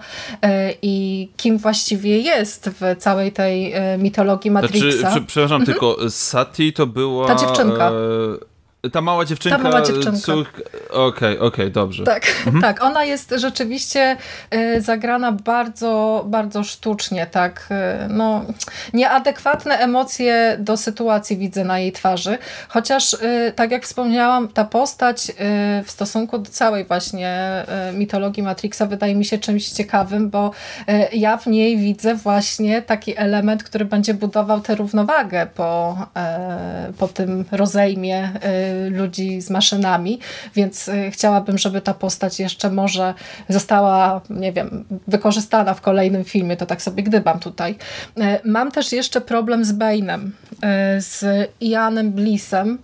i kim właściwie jest w całej tej mitologii Matrixa. Znaczy, przepraszam, mhm. tylko Sati to była... Ta dziewczynka. E... Ta mała dziewczynka. Ta mała dziewczynka. Córka... Okej, okay, okej, okay, dobrze. Tak, mhm. tak. Ona jest rzeczywiście y, zagrana bardzo, bardzo sztucznie, tak. Y, no, nieadekwatne emocje do sytuacji widzę na jej twarzy. Chociaż, y, tak jak wspomniałam, ta postać y, w stosunku do całej właśnie y, mitologii Matrixa wydaje mi się czymś ciekawym, bo y, ja w niej widzę właśnie taki element, który będzie budował tę równowagę po, y, po tym rozejmie y, ludzi z maszynami, więc chciałabym, żeby ta postać jeszcze może została, nie wiem, wykorzystana w kolejnym filmie, to tak sobie gdybam tutaj. Mam też jeszcze problem z Bane'em, z Ianem Blissem,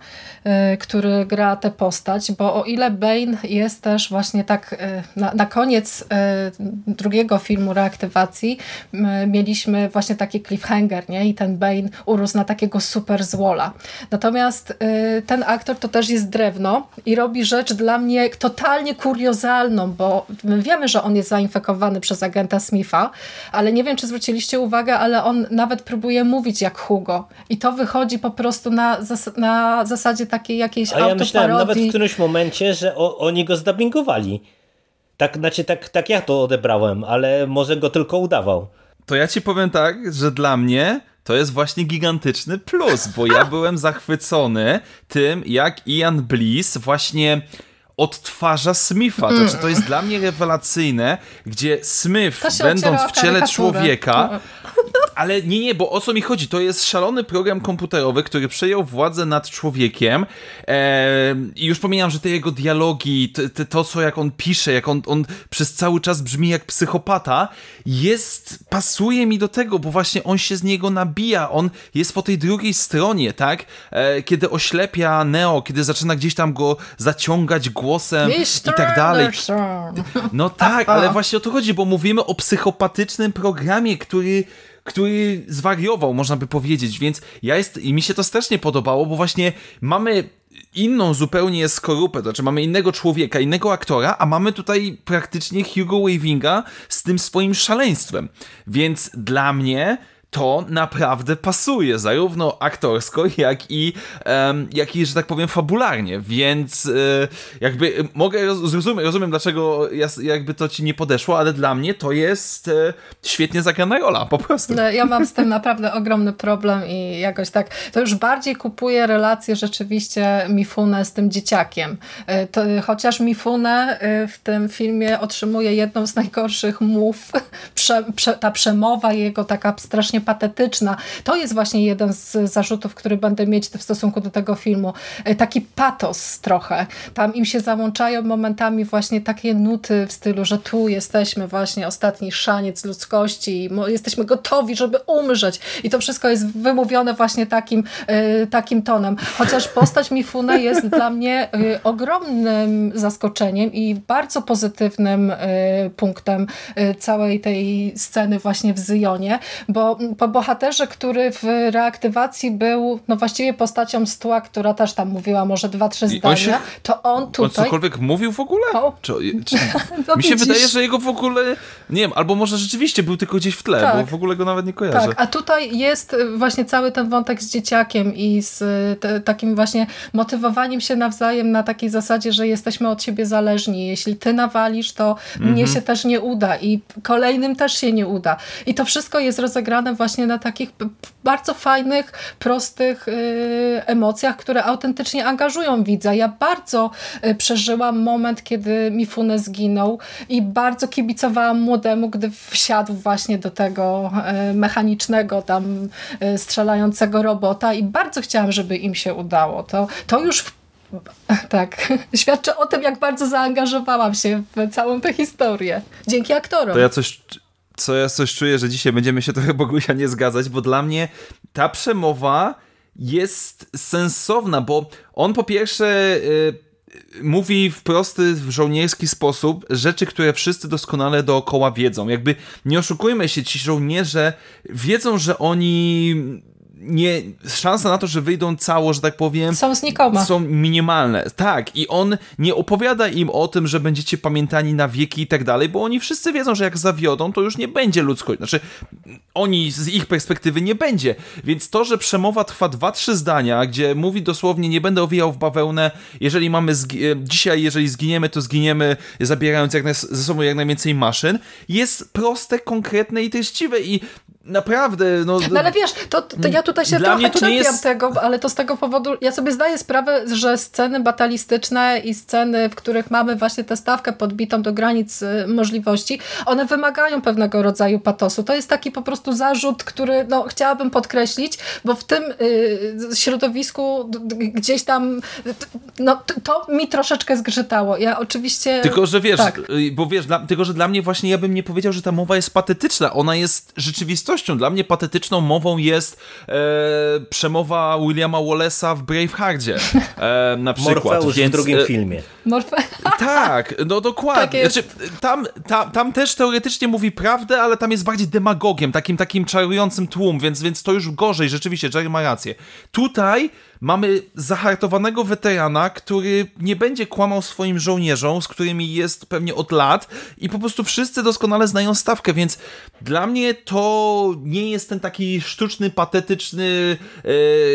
który gra tę postać, bo o ile Bane jest też właśnie tak na, na koniec drugiego filmu Reaktywacji mieliśmy właśnie taki cliffhanger, nie? I ten Bane urósł na takiego super złola. Natomiast ten aktor to też jest drewno i robi rzecz dla mnie totalnie kuriozalną, bo my wiemy, że on jest zainfekowany przez agenta Smitha, ale nie wiem, czy zwróciliście uwagę, ale on nawet próbuje mówić jak Hugo i to wychodzi po prostu na, zas- na zasadzie takiej jakiejś autoparodii. A ja myślałem nawet w którymś momencie, że o, oni go zdubbingowali. Tak, znaczy, tak, tak ja to odebrałem, ale może go tylko udawał. To ja ci powiem tak, że dla mnie to jest właśnie gigantyczny plus, bo ja byłem zachwycony tym, jak Ian Bliss właśnie odtwarza Smitha. To, znaczy, to jest dla mnie rewelacyjne, gdzie Smith, będąc w ciele człowieka, ale nie, nie, bo o co mi chodzi? To jest szalony program komputerowy, który przejął władzę nad człowiekiem e, i już pomijam, że te jego dialogi, to, to co jak on pisze, jak on, on przez cały czas brzmi jak psychopata, jest, pasuje mi do tego, bo właśnie on się z niego nabija, on jest po tej drugiej stronie, tak? E, kiedy oślepia Neo, kiedy zaczyna gdzieś tam go zaciągać głosem mister i tak dalej. Anderson. No tak, ale właśnie o to chodzi, bo mówimy o psychopatycznym programie, który który zwariował, można by powiedzieć, więc ja jest, i mi się to strasznie podobało, bo właśnie mamy inną zupełnie skorupę, to znaczy mamy innego człowieka, innego aktora, a mamy tutaj praktycznie Hugo Weavinga z tym swoim szaleństwem, więc dla mnie to naprawdę pasuje, zarówno aktorsko, jak i, um, jak i, że tak powiem, fabularnie, więc y, jakby mogę, roz, zrozumiem, rozumiem, dlaczego ja, jakby to ci nie podeszło, ale dla mnie to jest y, świetnie zagrana rola, po prostu. No, ja mam z tym naprawdę ogromny problem i jakoś tak, to już bardziej kupuję relację rzeczywiście Mifune z tym dzieciakiem. To, chociaż Mifune w tym filmie otrzymuje jedną z najgorszych mów, prze, prze, ta przemowa jego taka strasznie patetyczna. To jest właśnie jeden z zarzutów, który będę mieć w stosunku do tego filmu. Taki patos trochę. Tam im się załączają momentami właśnie takie nuty w stylu, że tu jesteśmy właśnie ostatni szaniec ludzkości, jesteśmy gotowi, żeby umrzeć. I to wszystko jest wymówione właśnie takim, takim tonem. Chociaż postać Mifune jest dla mnie ogromnym zaskoczeniem i bardzo pozytywnym punktem całej tej sceny właśnie w Zyjonie, bo po bohaterze, który w reaktywacji był no właściwie postacią z tła, która też tam mówiła może dwa, trzy zdania, się, to on tutaj... On cokolwiek mówił w ogóle? O. Czy, czy, no mi się widzisz. Wydaje, że jego w ogóle, nie wiem, albo może rzeczywiście był tylko gdzieś w tle, tak. Bo w ogóle go nawet nie kojarzę. Tak, a tutaj jest właśnie cały ten wątek z dzieciakiem i z te, takim właśnie motywowaniem się nawzajem na takiej zasadzie, że jesteśmy od siebie zależni. Jeśli ty nawalisz, to mm-hmm. mnie się też nie uda i kolejnym też się nie uda. I to wszystko jest rozegrane właśnie na takich bardzo fajnych, prostych y, emocjach, które autentycznie angażują widza. Ja bardzo y, przeżyłam moment, kiedy Mifune zginął i bardzo kibicowałam młodemu, gdy wsiadł właśnie do tego y, mechanicznego tam y, strzelającego robota i bardzo chciałam, żeby im się udało. To, to już w tak, świadczy o tym, jak bardzo zaangażowałam się w całą tę historię. Dzięki aktorom. To ja coś... Co ja coś czuję, że dzisiaj będziemy się trochę, Bogusia, nie zgadzać, bo dla mnie ta przemowa jest sensowna, bo on po pierwsze yy, mówi w prosty, w żołnierski sposób rzeczy, które wszyscy doskonale dookoła wiedzą. Jakby nie oszukujmy się, ci żołnierze wiedzą, że oni nie, szanse na to, że wyjdą cało, że tak powiem, są znikome. Są minimalne. Tak, i on nie opowiada im o tym, że będziecie pamiętani na wieki i tak dalej, bo oni wszyscy wiedzą, że jak zawiodą, to już nie będzie ludzkość. Znaczy, oni z ich perspektywy nie będzie. Więc to, że przemowa trwa dwa, trzy zdania, gdzie mówi dosłownie, nie będę owijał w bawełnę, jeżeli mamy zgi- dzisiaj, jeżeli zginiemy, to zginiemy, zabierając jak naj- ze sobą jak najwięcej maszyn, jest proste, konkretne i treściwe i naprawdę, no... No ale wiesz, to, to ja tutaj się Dla trochę mnie to nie czepiam jest... tego, ale to z tego powodu, ja sobie zdaję sprawę, że sceny batalistyczne i sceny, w których mamy właśnie tę stawkę podbitą do granic y, możliwości, one wymagają pewnego rodzaju patosu. To jest taki po prostu zarzut, który no, chciałabym podkreślić, bo w tym y, środowisku d, d, gdzieś tam no, t, to mi troszeczkę zgrzytało. Ja oczywiście... Tylko, że wiesz, tak. bo wiesz, dla, tylko, że dla mnie właśnie ja bym nie powiedział, że ta mowa jest patetyczna. Ona jest rzeczywistością. Dla mnie patetyczną mową jest e, przemowa Williama Wallace'a w Braveheartie. E, na przykład. Morfeusz Więc, w drugim e, filmie. Morfe... Tak, no dokładnie. Tak znaczy, tam, tam, tam też teoretycznie mówi prawdę, ale tam jest bardziej demagogiem, takim takim czarującym tłum, więc, więc to już gorzej, rzeczywiście, Jerry ma rację. Tutaj mamy zahartowanego weterana, który nie będzie kłamał swoim żołnierzom, z którymi jest pewnie od lat i po prostu wszyscy doskonale znają stawkę, więc dla mnie to nie jest ten taki sztuczny, patetyczny e,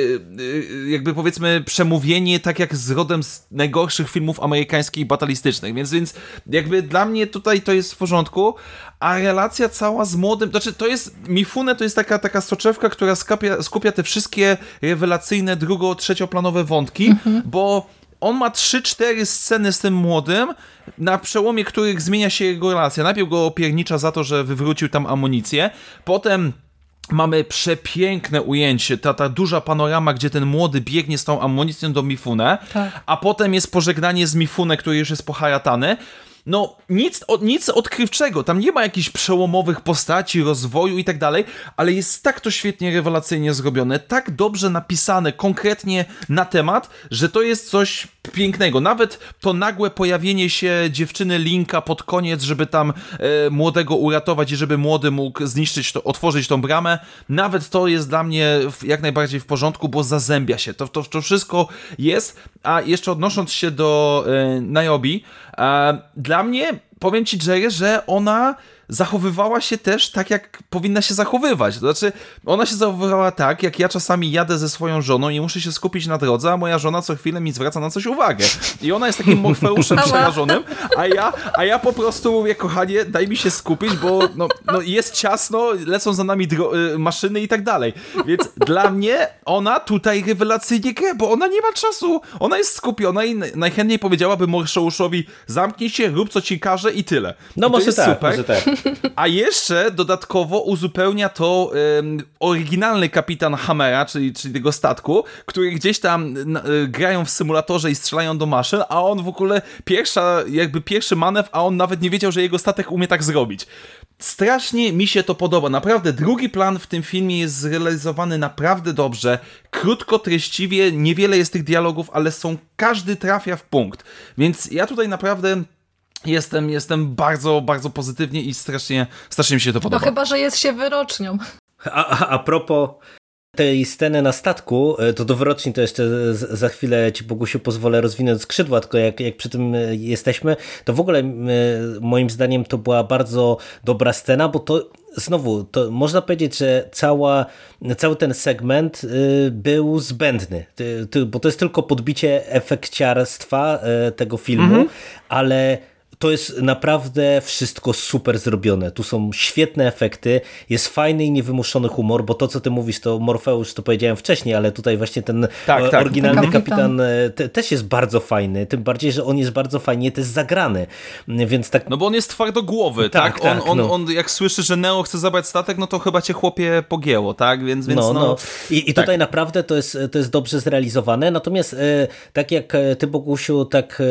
e, jakby powiedzmy przemówienie, tak jak z rodem z najgorszych filmów amerykańskich batalistycznych, więc, więc jakby dla mnie tutaj to jest w porządku, a relacja cała z młodym, znaczy to jest, Mifune to jest taka, taka soczewka, która skupia, skupia te wszystkie rewelacyjne drugo- trzecioplanowe wątki, mhm. bo on ma trzy cztery sceny z tym młodym, na przełomie których zmienia się jego relacja. Najpierw go opiernicza za to, że wywrócił tam amunicję, potem mamy przepiękne ujęcie, ta, ta duża panorama, gdzie ten młody biegnie z tą amunicją do Mifune, tak. a potem jest pożegnanie z Mifune, który już jest poharatany. No, nic, nic odkrywczego, tam nie ma jakichś przełomowych postaci, rozwoju i tak dalej, ale jest tak to świetnie, rewelacyjnie zrobione, tak dobrze napisane konkretnie na temat, że to jest coś pięknego. Nawet to nagłe pojawienie się dziewczyny Linka pod koniec, żeby tam e, młodego uratować i żeby młody mógł zniszczyć, to, otworzyć tą bramę, nawet to jest dla mnie w, jak najbardziej w porządku, bo zazębia się. To, to, to wszystko jest, a jeszcze odnosząc się do e, Niobe, e, dla mnie, powiem ci, Jerry, że ona zachowywała się też tak, jak powinna się zachowywać. To znaczy, ona się zachowywała tak, jak ja czasami jadę ze swoją żoną i muszę się skupić na drodze, a moja żona co chwilę mi zwraca na coś uwagę. I ona jest takim Morfeuszem przerażonym, a ja, a ja po prostu mówię, kochanie, daj mi się skupić, bo no, no jest ciasno, lecą za nami dro- maszyny i tak dalej. Więc dla mnie ona tutaj rewelacyjnie gra, bo ona nie ma czasu. Ona jest skupiona i najchętniej powiedziałaby Morfeuszowi, zamknij się, rób co ci każe i tyle. No I może tak, super. może tak. A jeszcze dodatkowo uzupełnia to um, oryginalny kapitan Hammera, czyli, czyli tego statku, który gdzieś tam y, grają w symulatorze i strzelają do maszyn, a on w ogóle pierwsza, jakby pierwszy manewr, a on nawet nie wiedział, że jego statek umie tak zrobić. Strasznie mi się to podoba. Naprawdę drugi plan w tym filmie jest zrealizowany naprawdę dobrze. Krótko, treściwie, niewiele jest tych dialogów, ale są, każdy trafia w punkt. Więc ja tutaj naprawdę Jestem, jestem bardzo, bardzo pozytywnie i strasznie, strasznie mi się to podoba. No chyba, że jest się wyrocznią. A, a, a propos tej sceny na statku, to do wyroczni to jeszcze za chwilę ci, Bogusiu, pozwolę rozwinąć skrzydła, tylko jak, jak przy tym jesteśmy, to w ogóle moim zdaniem to była bardzo dobra scena, bo to znowu, to można powiedzieć, że cała, cały ten segment był zbędny, bo to jest tylko podbicie efekciarstwa tego filmu, mhm. ale to jest naprawdę wszystko super zrobione. Tu są świetne efekty, jest fajny i niewymuszony humor, bo to, co ty mówisz, to Morfeusz, to powiedziałem wcześniej, ale tutaj właśnie ten tak, tak. oryginalny kapitan, kapitan te, też jest bardzo fajny, tym bardziej, że on jest bardzo fajnie też zagrany, więc tak... No bo on jest twardogłowy, tak? tak? tak on, no. on, on jak słyszy, że Neo chce zabrać statek, no to chyba cię, chłopie, pogięło, tak? Więc, więc no, no... no. I, i tak. tutaj naprawdę to jest, to jest dobrze zrealizowane, natomiast e, tak jak ty, Bogusiu, tak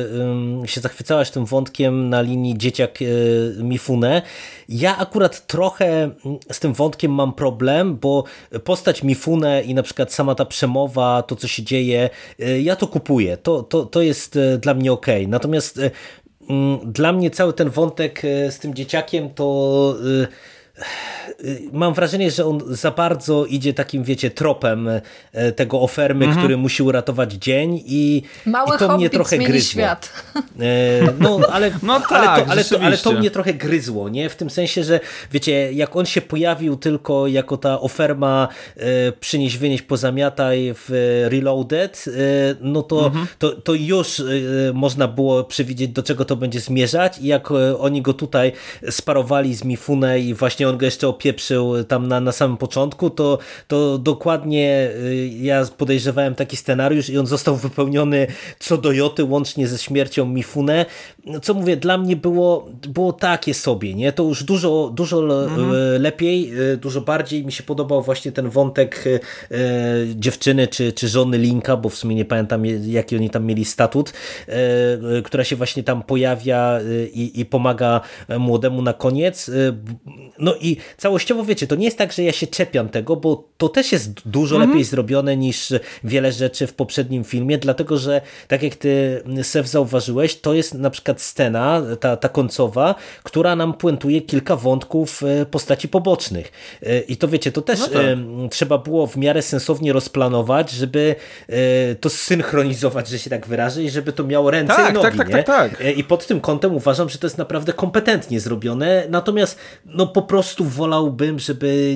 e, się zachwycałaś tym wątkiem na linii dzieciak Mifune. Ja akurat trochę z tym wątkiem mam problem, bo postać Mifune i na przykład sama ta przemowa, to co się dzieje, ja to kupuję. To, to, to jest dla mnie okej. Natomiast dla mnie cały ten wątek z tym dzieciakiem to mam wrażenie, że on za bardzo idzie takim, wiecie, tropem tego Ofermy, mhm. który musi uratować dzień i, Mały i to mnie trochę gryzło. Świat. No, ale, no tak, ale, to, ale, to, ale to mnie trochę gryzło, nie? W tym sensie, że wiecie, jak on się pojawił tylko jako ta Oferma e, przynieś, wynieś, pozamiataj w Reloaded, e, no to, mhm. to, to już e, można było przewidzieć, do czego to będzie zmierzać i jak e, oni go tutaj sparowali z Mifune i właśnie on go jeszcze opieprzył tam na, na samym początku, to, to dokładnie e, ja podejrzewałem taki scenariusz i on został wypełniony co do joty, łącznie ze śmiercią Mifune. Co mówię, dla mnie było, było takie sobie, nie? To już dużo, dużo mhm. lepiej, dużo bardziej mi się podobał właśnie ten wątek e, dziewczyny czy, czy żony Linka, bo w sumie nie pamiętam jaki oni tam mieli statut, e, która się właśnie tam pojawia i, i pomaga młodemu na koniec. No i całościowo wiecie, to nie jest tak, że ja się czepiam tego, bo to też jest dużo mhm. lepiej zrobione niż wiele rzeczy w poprzednim filmie, dlatego że tak jak ty, Sef, zauważyłeś, to jest na przykład scena, ta, ta końcowa, która nam puentuje kilka wątków postaci pobocznych. I to wiecie, to też no tak. trzeba było w miarę sensownie rozplanować, żeby to synchronizować, że się tak wyrażę, i żeby to miało ręce tak, i nogi. Tak, tak, nie? tak, tak. I pod tym kątem uważam, że to jest naprawdę kompetentnie zrobione, natomiast no po prostu wolałbym, żeby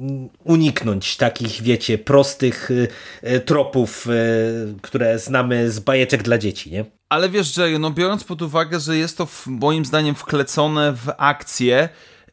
uniknąć takich, wiecie, prostych tropów, które znamy z bajeczek dla dzieci, nie? Ale wiesz, Jerry, no biorąc pod uwagę, że jest to w, moim zdaniem wklecone w akcję,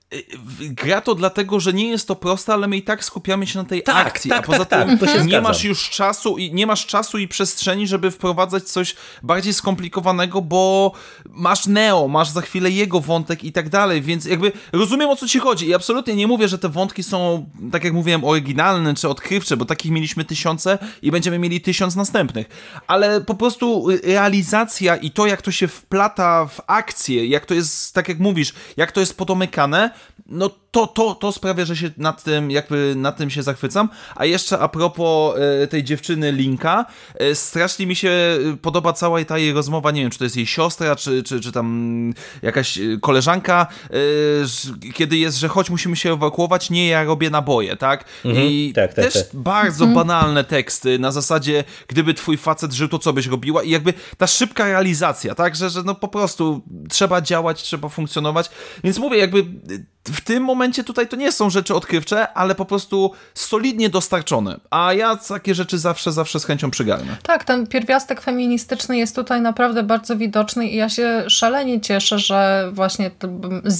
gra to dlatego, że nie jest to proste, ale my i tak skupiamy się na tej tak, akcji, tak, a poza tak, tym tak, to się nie masz już czasu i nie masz czasu i przestrzeni, żeby wprowadzać coś bardziej skomplikowanego, bo masz Neo, masz za chwilę jego wątek i tak dalej, więc jakby rozumiem, o co ci chodzi i absolutnie nie mówię, że te wątki są, tak jak mówiłem, oryginalne czy odkrywcze, bo takich mieliśmy tysiące i będziemy mieli tysiąc następnych, ale po prostu realizacja i to, jak to się wplata w akcję, jak to jest, tak jak mówisz, jak to jest podomykane, no to, to, to sprawia, że się nad tym, jakby nad tym się zachwycam. A jeszcze a propos e, tej dziewczyny Linka, e, strasznie mi się podoba cała ta jej rozmowa, nie wiem, czy to jest jej siostra, czy, czy, czy tam jakaś koleżanka, e, kiedy jest, że chodź, musimy się ewakuować, nie, ja robię naboje, tak? Mhm, I tak, tak, też tak. bardzo mhm. banalne teksty, na zasadzie, gdyby twój facet żył, to co byś robiła? I jakby ta szybka realizacja, tak? Że, że no po prostu trzeba działać, trzeba funkcjonować. Więc mówię, jakby w tym momencie tutaj to nie są rzeczy odkrywcze, ale po prostu solidnie dostarczone. A ja takie rzeczy zawsze, zawsze z chęcią przygarnę. Tak, ten pierwiastek feministyczny jest tutaj naprawdę bardzo widoczny i ja się szalenie cieszę, że właśnie Z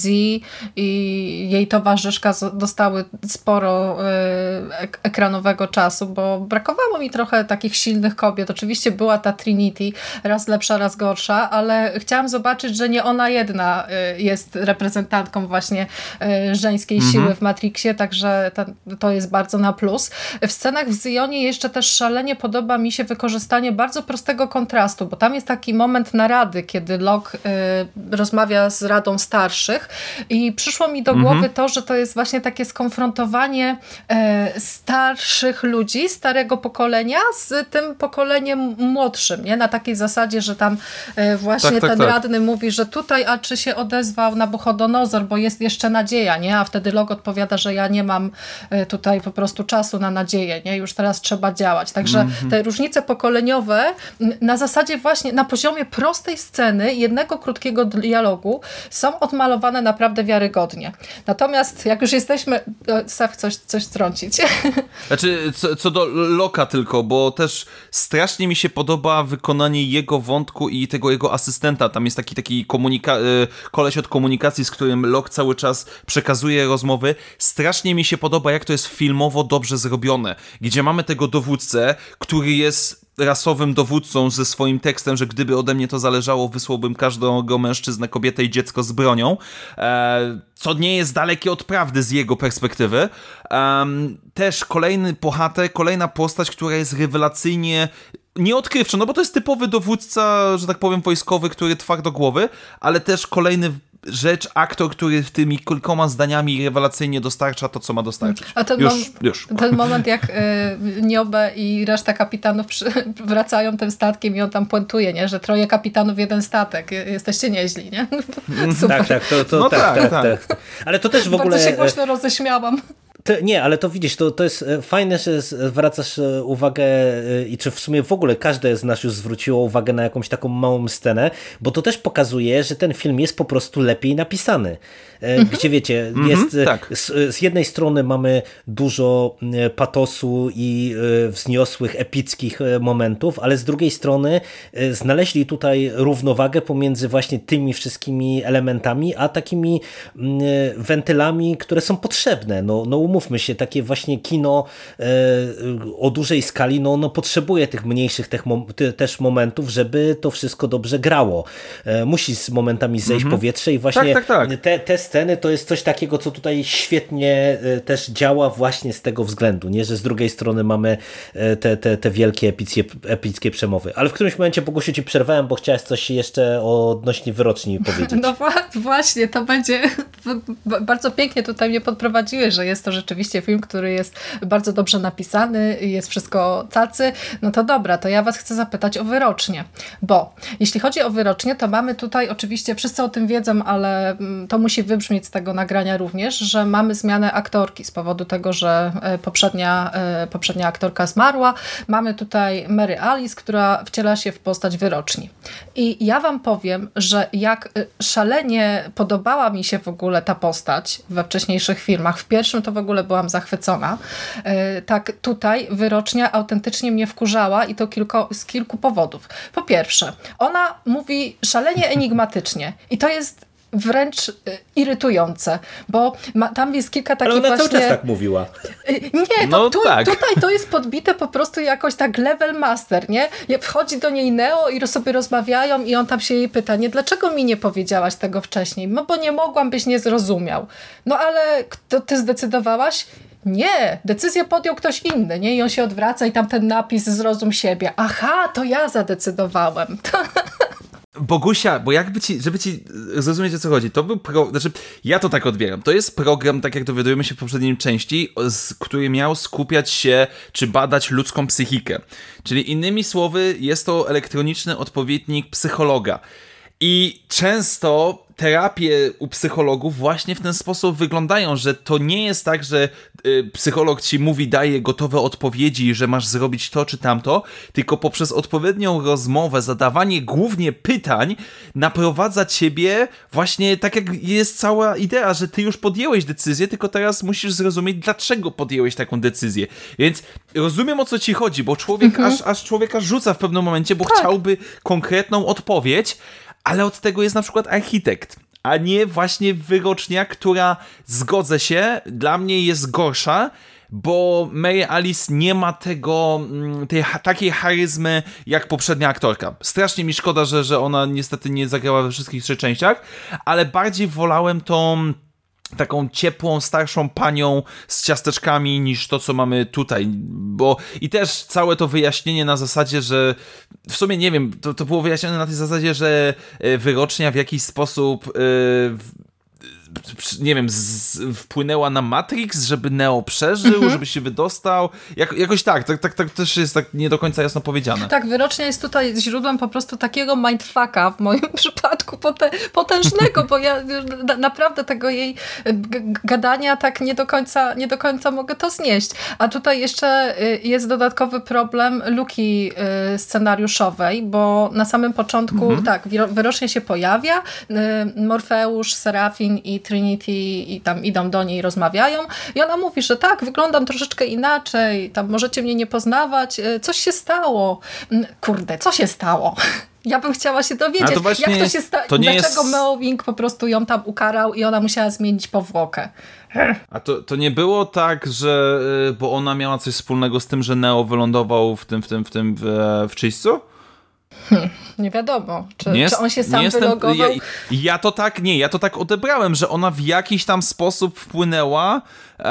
i jej towarzyszka dostały sporo ek- ekranowego czasu, bo brakowało mi trochę takich silnych kobiet. Oczywiście była ta Trinity, raz lepsza, raz gorsza, ale chciałam zobaczyć, że nie ona jedna jest reprezentantką właśnie żeńskiej mhm. siły w Matrixie, także to, to jest bardzo na plus. W scenach w Zionie jeszcze też szalenie podoba mi się wykorzystanie bardzo prostego kontrastu, bo tam jest taki moment narady, kiedy Locke y, rozmawia z Radą Starszych i przyszło mi do mhm. głowy to, że to jest właśnie takie skonfrontowanie y, starszych ludzi, starego pokolenia z tym pokoleniem młodszym, nie? Na takiej zasadzie, że tam y, właśnie tak, tak, ten tak. radny mówi, że tutaj, a czy się odezwał Nabuchodonozor, bo jest jeszcze nadzieja, nie? A wtedy Locke odpowiada, że ja nie mam tutaj po prostu czasu na nadzieję, nie? Już teraz trzeba działać. Także mm-hmm. te różnice pokoleniowe na zasadzie właśnie, na poziomie prostej sceny, jednego krótkiego dialogu są odmalowane naprawdę wiarygodnie. Natomiast jak już jesteśmy... Sef, coś, coś strącić. Znaczy, co, co do Locke'a tylko, bo też strasznie mi się podoba wykonanie jego wątku i tego jego asystenta. Tam jest taki taki komunika- koleś od komunikacji, z którym Locke cały czas przekazuje rozmowy. Strasznie mi się podoba, jak to jest filmowo dobrze zrobione, gdzie mamy tego dowódcę, który jest rasowym dowódcą ze swoim tekstem, że gdyby ode mnie to zależało, wysłałbym każdego mężczyznę, kobietę i dziecko z bronią, e, co nie jest dalekie od prawdy z jego perspektywy. E, też kolejny bohater, kolejna postać, która jest rewelacyjnie nieodkrywczo, no bo to jest typowy dowódca, że tak powiem, wojskowy, który twardo głowy, ale też kolejny rzecz, aktor, który tymi kilkoma zdaniami rewelacyjnie dostarcza to, co ma dostarczyć. A ten, już, mom- już. ten moment, jak y, Niobe i reszta kapitanów przy, wracają tym statkiem i on tam puentuje, nie? Że troje kapitanów, jeden statek. Jesteście nieźli, nie? Super. Tak, tak, to, to, No tak, tak, tak, tak. Ale to też w ogóle... Bardzo się głośno roześmiałam. To, nie, ale to widzisz, to, to jest fajne, że zwracasz uwagę i czy w sumie w ogóle każde z nas już zwróciło uwagę na jakąś taką małą scenę, bo to też pokazuje, że ten film jest po prostu lepiej napisany. Mm-hmm. Gdzie wiecie, jest mm-hmm, tak. z, z jednej strony mamy dużo patosu i wzniosłych, epickich momentów, ale z drugiej strony znaleźli tutaj równowagę pomiędzy właśnie tymi wszystkimi elementami, a takimi wentylami, które są potrzebne. No, no umówmy się, takie właśnie kino e, o dużej skali, no, no potrzebuje tych mniejszych tych mom- ty, też momentów, żeby to wszystko dobrze grało. E, musi z momentami zejść mm-hmm. powietrze i właśnie tak, tak, tak. Te, te sceny to jest coś takiego, co tutaj świetnie e, też działa właśnie z tego względu, nie? Że z drugiej strony mamy e, te, te, te wielkie epickie, epickie przemowy. Ale w którymś momencie, Bogusiu, ci przerwałem, bo chciałeś coś jeszcze odnośnie wyroczni powiedzieć. No właśnie, to będzie bardzo pięknie tutaj mnie podprowadziłeś, że jest to rzeczywiście film, który jest bardzo dobrze napisany, jest wszystko cacy, no to dobra, to ja was chcę zapytać o wyrocznie, bo jeśli chodzi o wyrocznie, to mamy tutaj, oczywiście wszyscy o tym wiedzą, ale to musi wybrzmieć z tego nagrania również, że mamy zmianę aktorki z powodu tego, że poprzednia, poprzednia aktorka zmarła. Mamy tutaj Mary Alice, która wciela się w postać wyroczni. I ja wam powiem, że jak szalenie podobała mi się w ogóle ta postać we wcześniejszych filmach, w pierwszym to w ogóle byłam zachwycona. Tak tutaj wyrocznia autentycznie mnie wkurzała i to kilko, z kilku powodów. Po pierwsze, ona mówi szalenie enigmatycznie i to jest wręcz irytujące, bo ma, tam jest kilka takich ale ona właśnie... cały czas tak mówiła. Nie, to no tu, tak. tutaj to jest podbite po prostu jakoś tak level master, nie? Wchodzi do niej Neo i sobie rozmawiają i on tam się jej pyta, nie, dlaczego mi nie powiedziałaś tego wcześniej? No bo nie mogłam, byś nie zrozumiał. No ale to ty zdecydowałaś? Nie, decyzję podjął ktoś inny, nie? I on się odwraca i tam ten napis zrozum siebie. Aha, to ja zadecydowałem. Bogusia, bo jakby ci, żeby ci zrozumieć, o co chodzi, to był pro, znaczy ja to tak odbieram, to jest program, tak jak dowiadujemy się w poprzedniej części, z, który miał skupiać się, czy badać ludzką psychikę. Czyli innymi słowy, jest to elektroniczny odpowiednik psychologa. I często terapie u psychologów właśnie w ten sposób wyglądają, że to nie jest tak, że y, psycholog ci mówi, daje gotowe odpowiedzi, że masz zrobić to czy tamto, tylko poprzez odpowiednią rozmowę, zadawanie głównie pytań, naprowadza ciebie właśnie tak jak jest cała idea, że ty już podjęłeś decyzję, tylko teraz musisz zrozumieć, dlaczego podjęłeś taką decyzję. Więc rozumiem, o co ci chodzi, bo człowiek mhm. aż, aż człowieka rzuca w pewnym momencie, bo tak. chciałby konkretną odpowiedź, ale od tego jest na przykład architekt, a nie właśnie wyrocznia, która, zgodzę się, dla mnie jest gorsza, bo Mary Alice nie ma tego, tej takiej charyzmy jak poprzednia aktorka. Strasznie mi szkoda, że, że ona niestety nie zagrała we wszystkich trzech częściach, ale bardziej wolałem tą taką ciepłą, starszą panią z ciasteczkami niż to, co mamy tutaj, bo i też całe to wyjaśnienie na zasadzie, że w sumie nie wiem, to, to było wyjaśnione na tej zasadzie, że wyrocznia w jakiś sposób yy, nie wiem, z, wpłynęła na Matrix, żeby Neo przeżył, mhm. żeby się wydostał. Jak, jakoś tak, tak, tak, tak też jest tak nie do końca jasno powiedziane. Tak, wyrocznia jest tutaj źródłem po prostu takiego mindfucka w moim przypadku potę, potężnego, bo ja na, naprawdę tego jej g- gadania tak nie do końca, nie do końca mogę to znieść. A tutaj jeszcze jest dodatkowy problem luki scenariuszowej, bo na samym początku mhm. tak, wyrocznia się pojawia, Morfeusz, Serafin i Trinity i tam idą do niej, rozmawiają i ona mówi, że tak, wyglądam troszeczkę inaczej, tam możecie mnie nie poznawać, coś się stało. Kurde, co się stało? Ja bym chciała się dowiedzieć, jak to się stało, dlaczego jest... Meowing po prostu ją tam ukarał i ona musiała zmienić powłokę. A to, to nie było tak, że bo ona miała coś wspólnego z tym, że Neo wylądował w tym, w tym, w tym, w, w czyśćcu? Hmm. Nie wiadomo, czy, nie, czy on się sam nie jestem, wylogował. Ja, ja to tak, nie, ja to tak odebrałem, że ona w jakiś tam sposób wpłynęła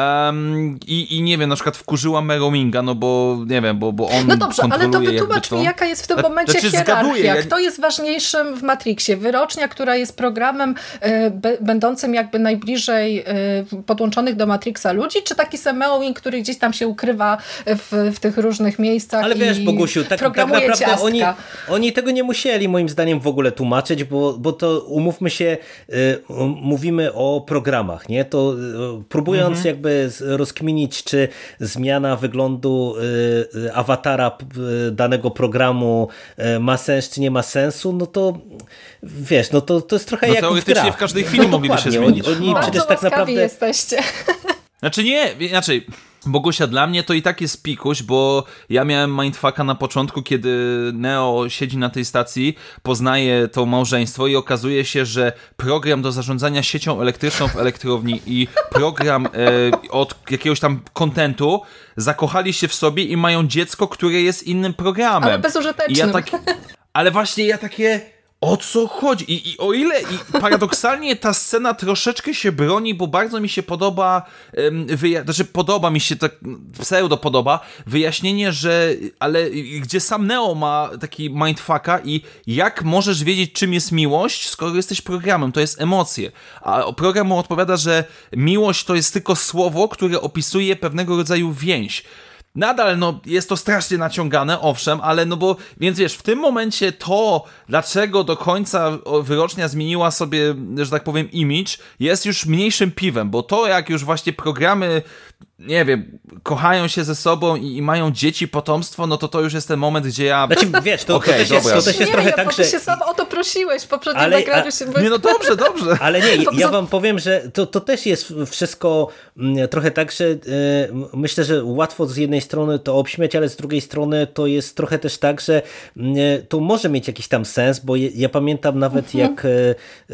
um, i, i nie wiem, na przykład wkurzyła Merowinga, no bo nie wiem, bo, bo on No dobrze, ale to kontroluje wytłumacz to. mi, jaka jest w tym Znaczy, momencie zgaduję, hierarchia. ja- Kto jest ważniejszym w Matrixie? Wyrocznia, która jest programem y, b- będącym jakby najbliżej y, podłączonych do Matrixa ludzi, czy taki Sam Merowing, który gdzieś tam się ukrywa w, w tych różnych miejscach Ale wiesz, i Bogusiu, tak, tak programuje naprawdę ciastka. oni, oni tego nie musieli moim zdaniem w ogóle tłumaczyć, bo, bo to umówmy się, y, mówimy o programach, nie? To y, próbując Mhm. jakby z- rozkminić, czy zmiana wyglądu y, y, awatara y, danego programu y, ma sens, czy nie ma sensu, no to wiesz, no to, to jest trochę No jak w teoretycznie grach. w każdej chwili mogliby się Dokładnie, zmienić. Oni, oni No. przecież Bardzo tak łaskawi naprawdę... jesteście. Znaczy nie, inaczej, Bogusia, dla mnie to i tak jest pikuś, bo ja miałem mindfucka na początku, kiedy Neo siedzi na tej stacji, poznaje to małżeństwo i okazuje się, że program do zarządzania siecią elektryczną w elektrowni i program e, od jakiegoś tam kontentu zakochali się w sobie i mają dziecko, które jest innym programem. Ale bezużytecznym. I ja tak, ale właśnie ja takie... O co chodzi? I, I o ile i paradoksalnie ta scena troszeczkę się broni, bo bardzo mi się podoba, um, wyja- znaczy podoba mi się, tak pseudo podoba, wyjaśnienie, że, ale gdzie sam Neo ma taki mindfucka i jak możesz wiedzieć, czym jest miłość, skoro jesteś programem, to jest emocje. A program mu odpowiada, że miłość to jest tylko słowo, które opisuje pewnego rodzaju więź. Nadal, no, jest to strasznie naciągane, owszem, ale no bo, więc wiesz, w tym momencie to, dlaczego do końca wyrocznia zmieniła sobie, że tak powiem, image, jest już mniejszym piwem, bo to, jak już właśnie programy, nie wiem, kochają się ze sobą i, i mają dzieci, potomstwo, no to to już jest ten moment, gdzie ja... Znaczy, wiesz, to, Okej, to, też, jest, dobra. to też jest nie, trochę ja, tak, bo że... ty się sam o to prosiłeś w poprzednim Ale- nagraniu. a- Się Nie, no dobrze, dobrze. Ale nie, Po ja prostu- wam powiem, że to, to też jest wszystko mm, trochę tak, że y, myślę, że łatwo z jednej strony to obśmiać, ale z drugiej strony to jest trochę też tak, że y, to może mieć jakiś tam sens, bo je, ja pamiętam nawet jak y,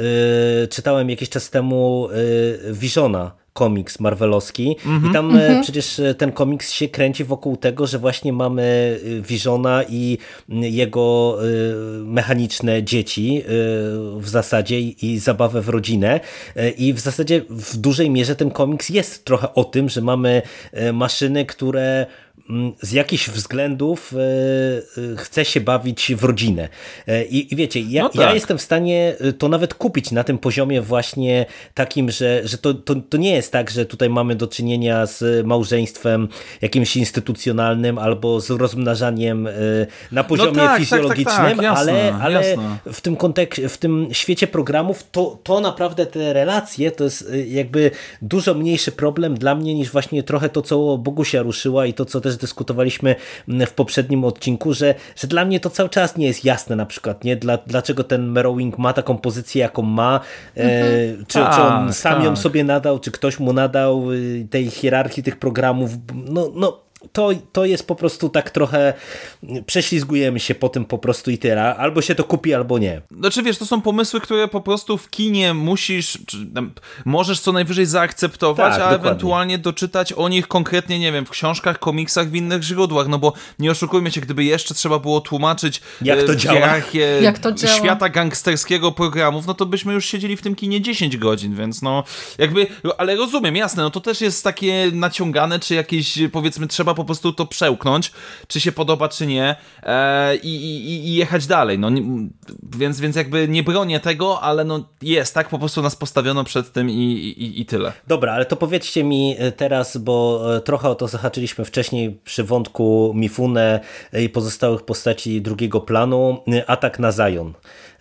y, czytałem jakiś czas temu y, Visiona, komiks marvelowski Mhm. i tam e, przecież e, ten komiks się kręci wokół tego, że właśnie mamy e, Visiona i m, jego e, mechaniczne dzieci e, w zasadzie i, i zabawę w rodzinę E, i w zasadzie w dużej mierze ten komiks jest trochę o tym, że mamy e, maszyny, które m, z jakichś względów e, e, chce się bawić w rodzinę. E, I, i wiecie, ja, No tak. ja jestem w stanie to nawet kupić na tym poziomie właśnie takim, że, że to, to, to nie jest tak, że tutaj mamy do czynienia z małżeństwem jakimś instytucjonalnym albo z rozmnażaniem y, na poziomie tak, tak, tak, fizjologicznym, tak, jasne, ale, ale jasne. w tym kontekście, w tym świecie programów to, to naprawdę te relacje to jest y, jakby dużo mniejszy problem dla mnie niż właśnie trochę to, co Bogusia ruszyła i to, co też dyskutowaliśmy w poprzednim odcinku, że, że dla mnie to cały czas nie jest jasne na przykład, nie? Dla, dlaczego ten Merowing ma taką pozycję, jaką ma, e, czy, czy on Tak, sam ją tak. sobie nadał, czy ktoś mu nadał y, tej hierarchii tych programów, no, no to, to jest po prostu tak trochę, prześlizgujemy się po tym po prostu i tyle, albo się to kupi, albo nie. Znaczy wiesz, to są pomysły, które po prostu w kinie musisz, czy, tam, możesz co najwyżej zaakceptować, Tak, a dokładnie. ewentualnie doczytać o nich konkretnie, nie wiem, w książkach, komiksach, w innych źródłach, no bo nie oszukujmy się, gdyby jeszcze trzeba było tłumaczyć Jak to e, działa. hierarchię Jak to działa. świata gangsterskiego programów, no to byśmy już siedzieli w tym kinie dziesięć godzin, więc no jakby, ale rozumiem, jasne, no to też jest takie naciągane, czy jakieś, powiedzmy, trzeba po prostu to przełknąć, czy się podoba, czy nie e, i, i, i jechać dalej, no nie, więc, więc jakby nie bronię tego, ale no jest, tak, po prostu nas postawiono przed tym i, i, i tyle. Dobra, ale to powiedzcie mi teraz, bo trochę o to zahaczyliśmy wcześniej przy wątku Mifune i pozostałych postaci drugiego planu, atak na Zion.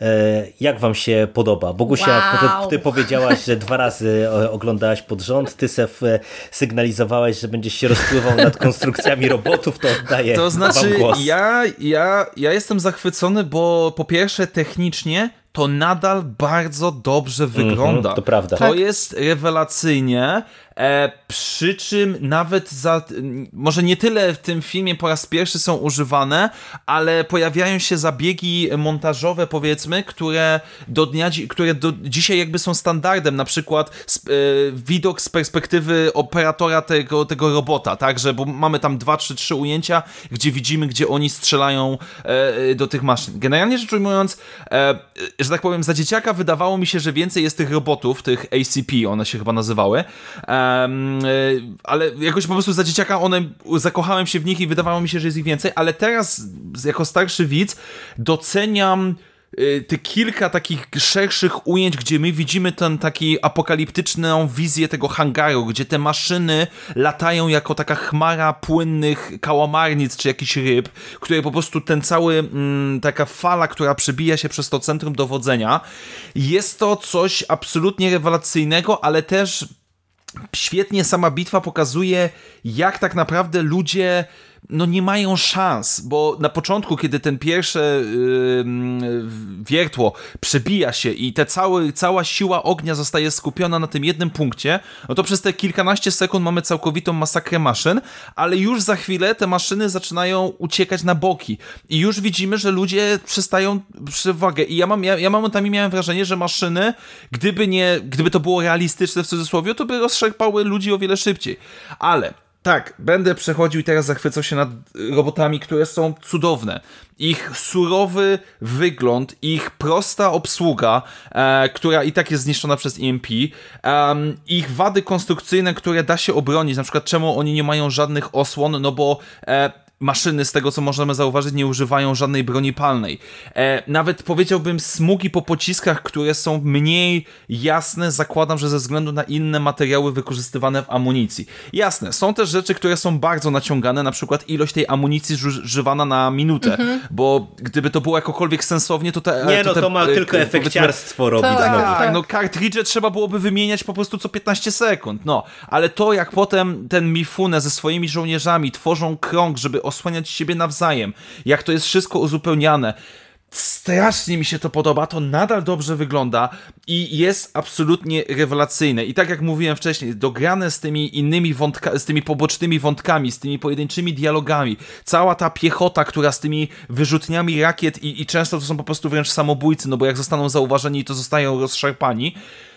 Jak wam się podoba? Bogusia, Wow. ty, ty powiedziałaś, że dwa razy oglądałaś pod rząd, ty Sef sygnalizowałaś, że będziesz się rozpływał nad konstrukcjami robotów, to oddaję To znaczy, wam głos. ja, ja, ja jestem zachwycony, bo po pierwsze technicznie to nadal bardzo dobrze wygląda. to prawda. To Tak. jest rewelacyjnie E, przy czym nawet za, może nie tyle w tym filmie po raz pierwszy są używane, ale pojawiają się zabiegi montażowe, powiedzmy, które do dnia, które do dzisiaj jakby są standardem, na przykład sp, e, widok z perspektywy operatora tego, tego robota, tak, że bo mamy tam dwa, trzy, trzy ujęcia, gdzie widzimy, gdzie oni strzelają e, do tych maszyn. Generalnie rzecz ujmując, e, że tak powiem, za dzieciaka wydawało mi się, że więcej jest tych robotów, tych A C P, one się chyba nazywały, Um, ale jakoś po prostu za dzieciaka one, zakochałem się w nich i wydawało mi się, że jest ich więcej, ale teraz jako starszy widz doceniam y, te kilka takich szerszych ujęć, gdzie my widzimy tę taki apokaliptyczną wizję tego hangaru, gdzie te maszyny latają jako taka chmara płynnych kałamarnic czy jakichś ryb, które po prostu ten cały, mm, taka fala, która przebija się przez to centrum dowodzenia, jest to coś absolutnie rewelacyjnego, ale też świetnie sama bitwa pokazuje, jak tak naprawdę ludzie no nie mają szans, bo na początku, kiedy ten pierwsze yy, wiertło przebija się i te cały, cała siła ognia zostaje skupiona na tym jednym punkcie, no to przez te kilkanaście sekund mamy całkowitą masakrę maszyn, ale już za chwilę te maszyny zaczynają uciekać na boki i już widzimy, że ludzie przestają przewagę i ja mam, ja, ja momentami miałem wrażenie, że maszyny, gdyby nie, gdyby to było realistyczne w cudzysłowie, to by rozszerpały ludzi o wiele szybciej, ale tak, będę przechodził i teraz zachwycał się nad robotami, które są cudowne. Ich surowy wygląd, ich prosta obsługa, e, która i tak jest zniszczona przez E M P, e, ich wady konstrukcyjne, które da się obronić, na przykład czemu oni nie mają żadnych osłon, no bo e, maszyny, z tego co możemy zauważyć, nie używają żadnej broni palnej. E, nawet powiedziałbym smugi po pociskach, które są mniej jasne, zakładam, że ze względu na inne materiały wykorzystywane w amunicji. Jasne, są też rzeczy, które są bardzo naciągane, na przykład ilość tej amunicji zużywana na minutę, mm-hmm. bo gdyby to było jakokolwiek sensownie, to te... Nie, to no te, to ma te, tylko efekciarstwo robić. Tak, znowu. Tak, no kartridże trzeba byłoby wymieniać po prostu co piętnaście sekund, no. Ale to, jak potem ten Mifune ze swoimi żołnierzami tworzą krąg, żeby osłaniać siebie nawzajem, jak to jest wszystko uzupełniane, strasznie mi się to podoba, to nadal dobrze wygląda i jest absolutnie rewelacyjne. I tak jak mówiłem wcześniej, dograne z tymi innymi wątkami, z tymi pobocznymi wątkami, z tymi pojedynczymi dialogami, cała ta piechota, która z tymi wyrzutniami rakiet i, i często to są po prostu wręcz samobójcy, no bo jak zostaną zauważeni, to zostają rozszarpani.